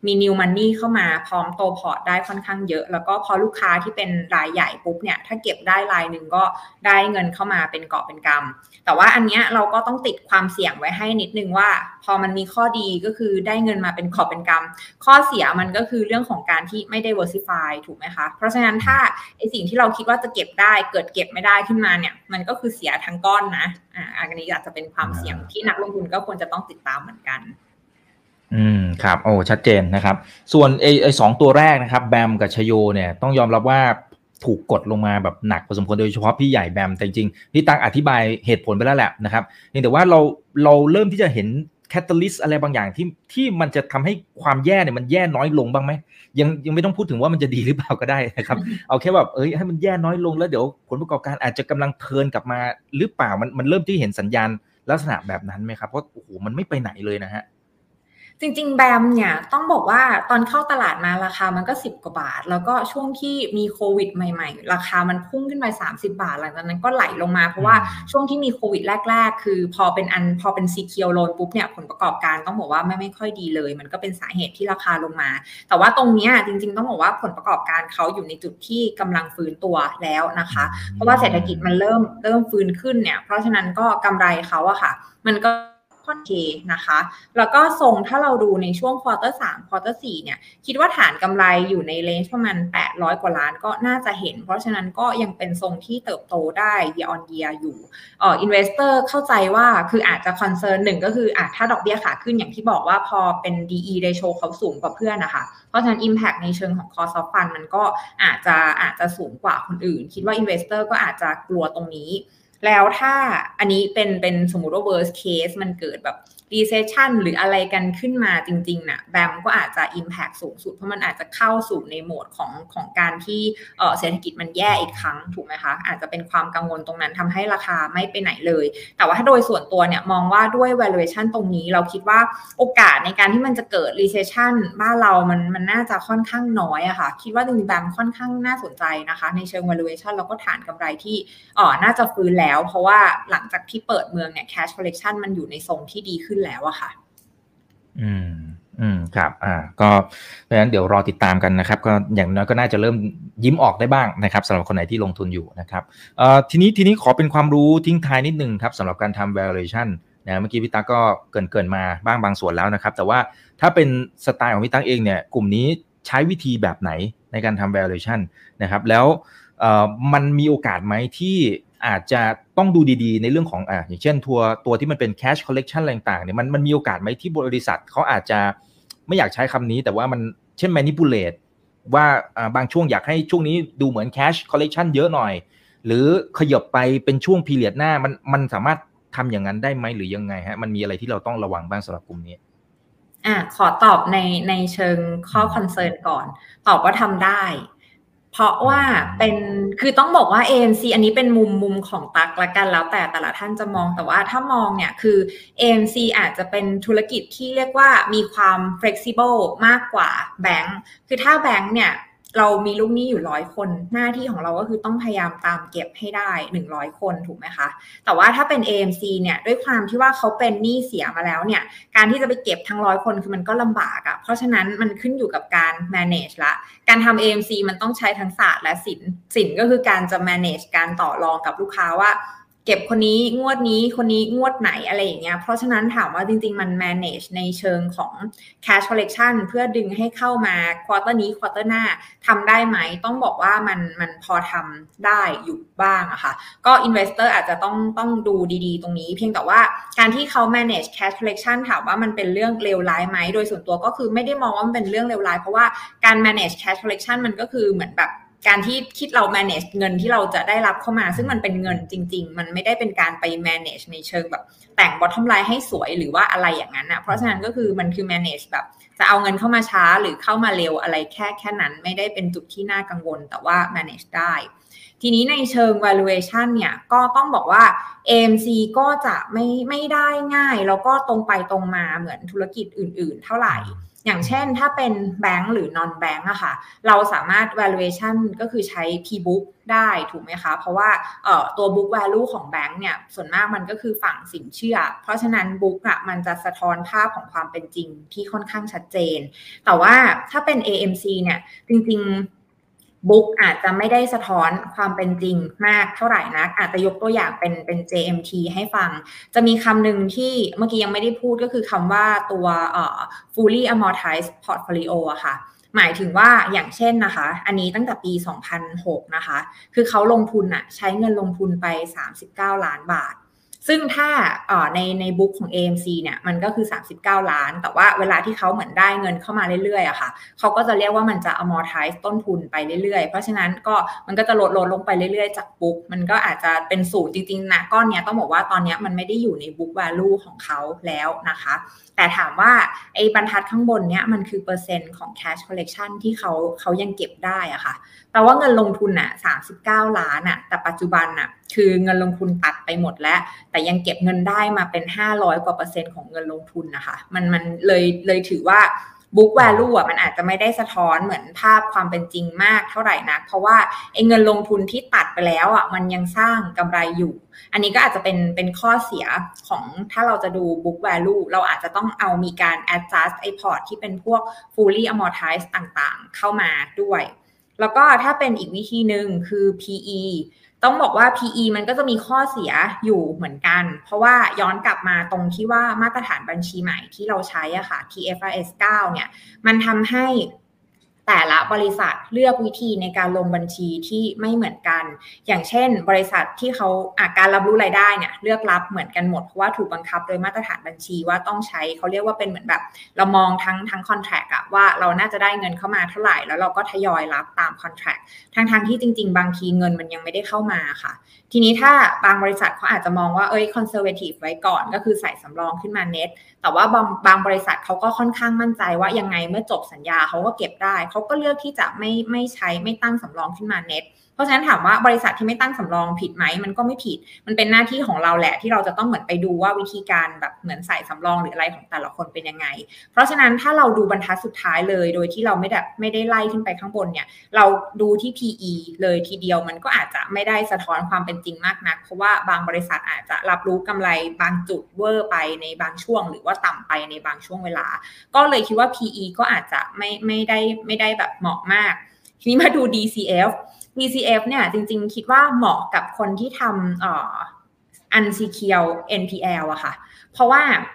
มี new money เข้ามาพร้อมโตพอร์ตได้ค่อนข้างเยอะแล้วก็พอลูกค้าที่เป็นรายใหญ่ปุ๊บเนี่ยถ้าเก็บได้รายนึงก็ได้เงินเข้ามาเป็นกอบเป็นกำแต่ว่าอันเนี้ยเราก็ต้องติดความเสี่ยงไว้ให้นิดนึงว่าพอมันมีข้อดีก็คือได้เงินมาเป็นกอบเป็นกำข้อเสียมันก็คือเรื่องของการที่ไม่ diversify ถูกไหมคะเพราะฉะนั้นถ้าไอสิ่งที่เราคิดว่าจะเก็บได้เกิดเก็บไม่ได้ขึ้นมาเนี่ยมันก็คือเสียทั้งก้อนนะอันนี้อาจจะเป็นความเสี่ยงที่นักลงทุนก็ควรจะต้องติดตามเหมือนกันครับโอ้ชัดเจนนะครับส่วนไอ้2ตัวแรกนะครับแบมกับชโยเนี่ยต้องยอมรับว่าถูกกดลงมาแบบหนักพอสมควรโดยเฉพาะพี่ใหญ่แบมแต่จริงๆพี่ตั๊กอธิบายเหตุผลไปแล้วแหละนะครับแต่ว่าเราเริ่มที่จะเห็นแคตตาลิสต์อะไรบางอย่างที่มันจะทำให้ความแย่เนี่ยมันแย่น้อยลงบ้างไหมยังไม่ต้องพูดถึงว่ามันจะดีหรือเปล่าก็ได้นะครับเอาแค่แบบให้มันแย่น้อยลงแล้วเดี๋ยวผลประกอบการอาจจะกำลังเทิร์นกลับมาหรือเปล่ามันเริ่มที่เห็นสัญญาณลักษณะแบบนั้นไหมครับเพราะโอ้โหมันไม่ไปไหนเลยนะฮะจริงๆแบมเนี่ยต้องบอกว่าตอนเข้าตลาดมาราคามันก็10 กว่าบาทแล้วก็ช่วงที่มีโควิดใหม่ๆราคามันพุ่งขึ้นไป30 บาทหลังจากนั้นก็ไหลลงมาเพราะว่าช่วงที่มีโควิดแรกๆคือพอเป็น secure loan ปุ๊บเนี่ยผลประกอบการต้องบอกว่าไม่ค่อยดีเลยมันก็เป็นสาเหตุที่ราคาลงมาแต่ว่าตรงนี้จริงๆต้องบอกว่าผลประกอบการเขาอยู่ในจุดที่กำลังฟื้นตัวแล้วนะคะเพราะว่าเศรษฐกิจมันเริ่มฟื้นขึ้นเนี่ยเพราะฉะนั้นก็กำไรเขาอะค่ะมันก็โอเคนะคะแล้วก็ทรงถ้าเราดูในช่วงควอเตอร์3ควอเตอร์4เนี่ยคิดว่าฐานกำไรอยู่ในเรนจ์ประมาณ800 กว่าล้านก็น่าจะเห็นเพราะฉะนั้นก็ยังเป็นทรงที่เติบโตได้ year on year อยู่investor เข้าใจว่าคืออาจจะคอนเซิร์นหนึ่งก็คือถ้าดอกเบี้ยขาขึ้นอย่างที่บอกว่าพอเป็น DE ratio เขาสูงกว่าเพื่อนนะคะเพราะฉะนั้น impact ในเชิงของ cost of fund มันก็อาจจะสูงกว่าคนอื่นคิดว่า investor ก็อาจจะกลัวตรงนี้แล้วถ้าอันนี้เป็นสมมุติว่า worst case มันเกิดแบบ recession หรืออะไรกันขึ้นมาจริงๆนะแบมก็อาจจะ impact สูงสุดเพราะมันอาจจะเข้าสู่ในโหมดของการที่เศรษฐกิจมันแย่อีกครั้งถูกไหมคะอาจจะเป็นความกังวลตรงนั้นทำให้ราคาไม่ไปไหนเลยแต่ว่าถ้าโดยส่วนตัวเนี่ยมองว่าด้วย valuation ตรงนี้เราคิดว่าโอกาสในการที่มันจะเกิด recession บ้านเรามันน่าจะค่อนข้างน้อยอะค่ะคิดว่าจริงๆแบมค่อนข้างน่าสนใจนะคะในเชิง valuation แล้วก็ฐานกำไรที่น่าจะฟื้นแล้วเพราะว่าหลังจากที่เปิดเมืองเนี่ย cash collection มันอยู่ในทรงที่ดีขึ้นแล้วอะค่ะครับก็เพราะฉะนั้นเดี๋ยวรอติดตามกันนะครับก็อย่างน้อยก็น่าจะเริ่มยิ้มออกได้บ้างนะครับสำหรับคนไหนที่ลงทุนอยู่นะครับทีนี้ขอเป็นความรู้ทิ้งท้ายนิดนึงครับสำหรับการทำ valuation นะเมื่อกี้พี่ตั๊กก็เกริ่นมาบ้างบางส่วนแล้วนะครับแต่ว่าถ้าเป็นสไตล์ของพี่ตั๊กเองเนี่ยกลุ่มนี้ใช้วิธีแบบไหนในการทำ valuation นะครับแล้วมันมีโอกาสไหมที่อาจจะต้องดูดีๆในเรื่องของอย่างเช่นตัวที่มันเป็น cash collection อะไรต่างๆเนี่ยมันมีโอกาสไหมที่บริษัทเขาอาจจะไม่อยากใช้คำนี้แต่ว่ามันเช่น manipulate ว่าบางช่วงอยากให้ช่วงนี้ดูเหมือน cash collection เยอะหน่อยหรือขยับไปเป็นช่วง period หน้ามันสามารถทำอย่างนั้นได้ไหมหรือยังไงฮะมันมีอะไรที่เราต้องระวังบ้างสำหรับกลุ่มนี้ขอตอบในเชิงข้อคอนเซิร์นก่อนตอบว่าทำได้เพราะว่าคือต้องบอกว่า AMC อันนี้เป็นมุมของตั๊กละกันแล้วแต่ละท่านจะมองแต่ว่าถ้ามองเนี่ยคือ AMC อาจจะเป็นธุรกิจที่เรียกว่ามีความ flexible มากกว่าแบงค์คือถ้าแบงค์เนี่ยเรามีลูกหนี้อยู่100 คนหน้าที่ของเราก็คือต้องพยายามตามเก็บให้ได้100 คนถูกไหมคะแต่ว่าถ้าเป็น AMC เนี่ยด้วยความที่ว่าเขาเป็นหนี้เสียมาแล้วเนี่ยการที่จะไปเก็บทั้ง100 คนคือมันก็ลำบากเพราะฉะนั้นมันขึ้นอยู่กับการ manage ละการทำ AMC มันต้องใช้ทั้งศาสตร์และศิลป์ก็คือการจะ manage การต่อรองกับลูกค้าว่าเก็บคนนี้งวดนี้คนนี้งวดไหนอะไรอย่างเงี้ยเพราะฉะนั้นถามว่าจริงๆมัน manage ในเชิงของ cash collection เพื่อดึงให้เข้ามา quarter นี้ quarter หน้าทำได้ไหมต้องบอกว่ามันพอทำได้อยู่บ้างอะค่ะก็ investor อาจจะต้องดูดีๆตรงนี้เพียงแต่ว่าการที่เขา manage cash collection ถามว่ามันเป็นเรื่องเลวร้ายไหมโดยส่วนตัวก็คือไม่ได้มองว่ามันเป็นเรื่องเลวร้ายเพราะว่าการ manage cash collection มันก็คือเหมือนแบบการที่เรา manage เงินที่เราจะได้รับเข้ามาซึ่งมันเป็นเงินจริงๆมันไม่ได้เป็นการไป manage ในเชิงแบบแต่ง bottom line ให้สวยหรือว่าอะไรอย่างนั้นเพราะฉะนั้นก็คือมันคือ manage แบบจะเอาเงินเข้ามาช้าหรือเข้ามาเร็วอะไรแค่นั้นไม่ได้เป็นจุดที่น่ากังวลแต่ว่า manage ได้ทีนี้ในเชิง valuation เนี่ยก็ต้องบอกว่า AMC ก็จะไม่ได้ง่ายแล้วก็ตรงไปตรงมาเหมือนธุรกิจอื่นๆเท่าไหร่อย่างเช่นถ้าเป็นแบงก์หรือ non bank อะค่ะเราสามารถ valuation ก็คือใช้ P-book ได้ถูกไหมคะเพราะว่าตัว book value ของแบงก์เนี่ยส่วนมากมันก็คือฝั่งสินเชื่อเพราะฉะนั้น book อะมันจะสะท้อนภาพของความเป็นจริงที่ค่อนข้างชัดเจนแต่ว่าถ้าเป็น AMC เนี่ยจริงๆบุ๊กอาจจะไม่ได้สะท้อนความเป็นจริงมากเท่าไหร่นักอาจจะยกตัวอย่างเป็น JMT ให้ฟังจะมีคำหนึ่งที่เมื่อกี้ยังไม่ได้พูดก็คือคำว่าตัวfully amortized portfolio อะค่ะหมายถึงว่าอย่างเช่นนะคะอันนี้ตั้งแต่ปี 2006 นะคะคือเขาลงทุนใช้เงินลงทุนไป39 ล้านบาทซึ่งถ้าในบุ๊กของ AMC เนี่ยมันก็คือ39 ล้านแต่ว่าเวลาที่เขาเหมือนได้เงินเข้ามาเรื่อยๆอะค่ะเขาก็จะเรียกว่ามันจะ amortize ต้นทุนไปเรื่อยๆเพราะฉะนั้นก็มันก็จะลดลงไปเรื่อยๆจากบุ๊กมันก็อาจจะเป็นศูนย์จริงๆนะก้อนเนี้ยต้องบอกว่าตอนนี้มันไม่ได้อยู่ใน book value ของเขาแล้วนะคะแต่ถามว่าไอ้บรรทัดข้างบนเนี้ยมันคือเปอร์เซ็นต์ของ cash collection ที่เขายังเก็บได้อะค่ะแปลว่าเงินลงทุน39 ล้านแต่ปัจจุบันคือเงินลงทุนตัดไปหมดแล้วแต่ยังเก็บเงินได้มาเป็น500 กว่า%ของเงินลงทุนนะคะมันเลยถือว่า book value มันอาจจะไม่ได้สะท้อนเหมือนภาพความเป็นจริงมากเท่าไหร่นักเพราะว่าไอ้เงินลงทุนที่ตัดไปแล้วมันยังสร้างกำไรอยู่อันนี้ก็อาจจะเป็นข้อเสียของถ้าเราจะดู book value เราอาจจะต้องเอามีการ adjust ไอ้พอร์ตที่เป็นพวก fully amortized ต่างๆเข้ามาด้วยแล้วก็ถ้าเป็นอีกวิธีหนึ่งคือ PE ต้องบอกว่า PE มันก็จะมีข้อเสียอยู่เหมือนกันเพราะว่าย้อนกลับมาตรงที่ว่ามาตรฐานบัญชีใหม่ที่เราใช้ค่ะ TFRS 9 เนี่ยมันทำให้แต่ละบริษัทเลือกวิธีในการลงบัญชีที่ไม่เหมือนกันอย่างเช่นบริษัทที่เขาการรับรู้รายได้เนี่ยเลือกรับเหมือนกันหมดเพราะว่าถูกบังคับโดยมาตรฐานบัญชีว่าต้องใช้เขาเรียกว่าเป็นเหมือนแบบเรามองทั้งคอนแทรคว่าเราน่าจะได้เงินเข้ามาเท่าไหร่แล้วเราก็ทยอยรับตามคอนแทรคทั้งที่จริงๆบางทีเงินมันยังไม่ได้เข้ามาค่ะทีนี้ถ้าบางบริษัทเขาอาจจะมองว่าคอนเซอร์เวทีฟไว้ก่อนก็คือใส่สำรองขึ้นมาเน็ตแต่ว่าบางบริษัทเขาก็ค่อนข้างมั่นใจว่ายังไงเมื่อจบสัญญาเขาก็เก็บได้เขาก็เลือกที่จะไม่ใช้ไม่ตั้งสำรองขึ้นมาเน็ตเพราะฉะนั้นถามว่าบริษัทที่ไม่ตั้งสำรองผิดไหมมันก็ไม่ผิดมันเป็นหน้าที่ของเราแหละที่เราจะต้องเหมือนไปดูว่าวิธีการแบบเหมือนใส่สำรองหรืออะไรของแต่ละคนเป็นยังไงเพราะฉะนั้นถ้าเราดูบรรทัดสุดท้ายเลยโดยที่เราไม่ได้ไล่ขึ้นไปข้างบนเนี่ยเราดูที่ PE เลยทีเดียวมันก็อาจจะไม่ได้สะท้อนความเป็นจริงมากนักเพราะว่าบางบริษัทอาจจะรับรู้กำไรบางจุดเวอร์ไปในบางช่วงหรือว่าต่ำไปในบางช่วงเวลาก็เลยคิดว่า PE ก็อาจจะไม่ได้แบบเหมาะมากทีนี้มาดู DCF เนี่ยจริงๆคิดว่าเหมาะกับคนที่ทำunsecured NPL อะค่ะเพราะว่า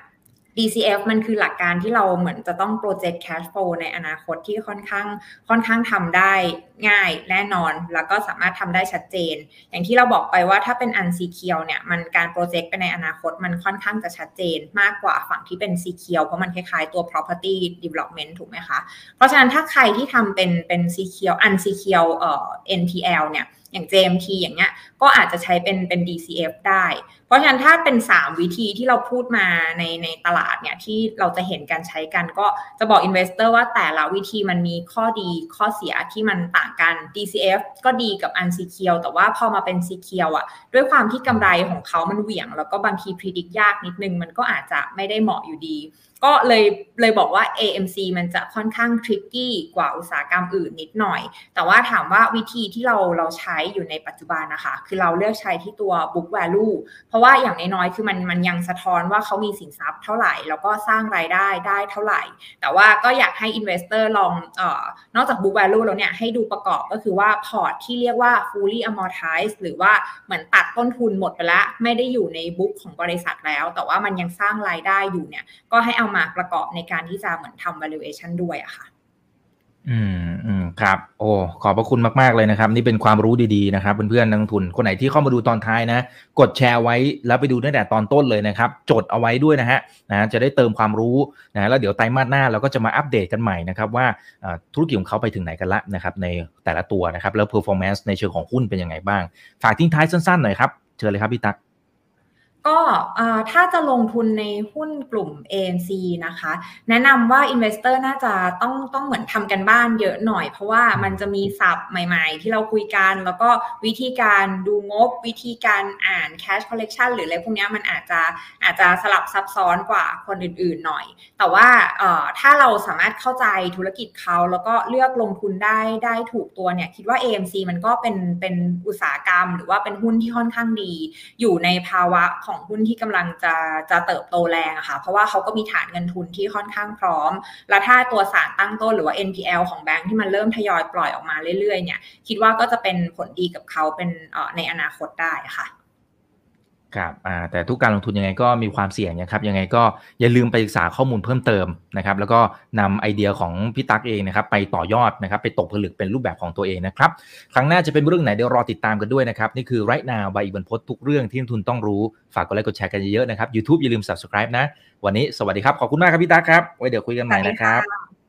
DCF มันคือหลักการที่เราเหมือนจะต้อง project cash flow ในอนาคตที่ค่อนข้างทำได้ง่ายแน่นอนแล้วก็สามารถทำได้ชัดเจนอย่างที่เราบอกไปว่าถ้าเป็น unsecured เนี่ยมันการ project ไปในอนาคตมันค่อนข้างจะชัดเจนมากกว่าฝั่งที่เป็น secured เพราะมันคล้ายๆตัว property development ถูกไหมคะเพราะฉะนั้นถ้าใครที่ทำเป็น secured unsecured NPL เนี่ยอย่าง JMT อย่างเงี้ยก็อาจจะใช้เป็น DCF ได้เพราะฉะนั้นถ้าเป็น3วิธีที่เราพูดมาในตลาดเนี่ยที่เราจะเห็นการใช้กันก็จะบอก investor ว่าแต่ละวิธีมันมีข้อดีข้อเสียที่มันต่างกัน DCF ก็ดีกับ unsecured แต่ว่าพอมาเป็น secured ด้วยความที่กำไรของเขามันเหวี่ยงแล้วก็บางที predict ยากนิดนึงมันก็อาจจะไม่ได้เหมาะอยู่ดีก็เลยบอกว่า AMC มันจะค่อนข้าง tricky กว่าอุตสาหกรรมอื่นนิดหน่อยแต่ว่าถามว่าวิธีที่เราใช้อยู่ในปัจจุบันนะคะคือเราเลือกใช้ที่ตัว book value เพราะว่าอย่างน้อยๆคือมันยังสะท้อนว่าเขามีสินทรัพย์เท่าไหร่แล้วก็สร้างรายได้เท่าไหร่แต่ว่าก็อยากให้ investor ลองนอกจาก book value แล้วเนี่ยให้ดูประกอบก็คือว่าพอร์ตที่เรียกว่า fully amortized หรือว่าเหมือนตัดต้นทุนหมดไปแล้วไม่ได้อยู่ในบุ๊กของบริษัทแล้วแต่ว่ามันยังสร้างรายได้อยู่เนี่ยก็ให้เอามาประกอบในการที่จะเหมือนทำ valuation ด้วยอะค่ะครับโอ้ขอบพระคุณมากๆเลยนะครับนี่เป็นความรู้ดีๆนะครับเพื่อนๆนักลงทุนคนไหนที่เข้ามาดูตอนท้ายนะกดแชร์ไว้แล้วไปดูตั้งแต่ตอนต้นเลยนะครับจดเอาไว้ด้วยนะฮะจะได้เติมความรู้นะแล้วเดี๋ยวไตรมาสหน้าเราก็จะมาอัปเดตกันใหม่นะครับว่าธุรกิจของเขาไปถึงไหนกันละนะครับในแต่ละตัวนะครับแล้ว performance ในเชิงของหุ้นเป็นยังไงบ้างฝากทิ้งท้ายสั้นๆหน่อยครับเชิญเลยครับพี่ตั๊กก็ถ้าจะลงทุนในหุ้นกลุ่ม ANC นะคะแนะนำว่า Investor น่าจะต้องเหมือนทำกันบ้านเยอะหน่อยเพราะว่ามันจะมีศัพท์ใหม่ๆที่เราคุยกันแล้วก็วิธีการดูงบวิธีการอ่าน cash collection หรืออะไรพวกนี้มันอาจจะสลับซับซ้อนกว่าคนอื่นๆหน่อยแต่ว่าถ้าเราสามารถเข้าใจธุรกิจเขาแล้วก็เลือกลงทุนได้ถูกตัวเนี่ยคิดว่า AMC มันก็เป็นอุตสาหกรรมหรือว่าเป็นหุ้นที่ค่อนข้างดีอยู่ในภาวะของหุ้นที่กำลังจะเติบโตแรงอะค่ะเพราะว่าเขาก็มีฐานเงินทุนที่ค่อนข้างพร้อมแล้วถ้าตัวสารตั้งต้นหรือว่า NPL ของแบงค์ที่มันเริ่มทยอยปล่อยออกมาเรื่อยๆเนี่ยคิดว่าก็จะเป็นผลดีกับเขาเป็นในอนาคตได้ค่ะครับแต่ทุกการลงทุนยังไงก็มีความเสี่ยงนะครับยังไงก็อย่าลืมไปศึกษาข้อมูลเพิ่มเติมนะครับแล้วก็นำไอเดียของพี่ตั๊กเองนะครับไปต่อยอดนะครับไปตกผลึกเป็นรูปแบบของตัวเองนะครับครั้งหน้าจะเป็นเรื่องไหนเดี๋ยวรอติดตามกันด้วยนะครับนี่คือ Right Now บายอีกบรรพตทุกเรื่องที่นักลงทุนต้องรู้ฝากกดไลค์กดแชร์กันเยอะๆนะครับ YouTube อย่าลืม Subscribe นะวันนี้สวัสดีครับขอบคุณมากครับพี่ตั๊กครับไว้เดี๋ยวคุยกันใหม่นะครับ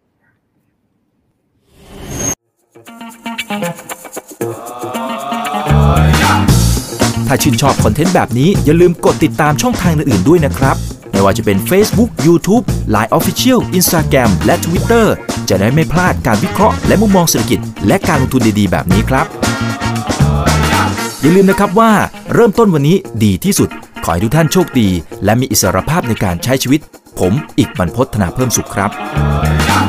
ถ้าชื่นชอบคอนเทนต์แบบนี้อย่าลืมกดติดตามช่องทางอื่นๆด้วยนะครับไม่ว่าจะเป็น Facebook, YouTube, Line Official, Instagram และ Twitter จะได้ไม่พลาดการวิเคราะห์และมุมมองเศรษฐกิจและการลงทุนดีๆแบบนี้ครับอย่าลืมนะครับว่าเริ่มต้นวันนี้ดีที่สุดขอให้ทุกท่านโชคดีและมีอิสรภาพในการใช้ชีวิตผมอีกบรรพต ธนาเพิ่มสุขครับ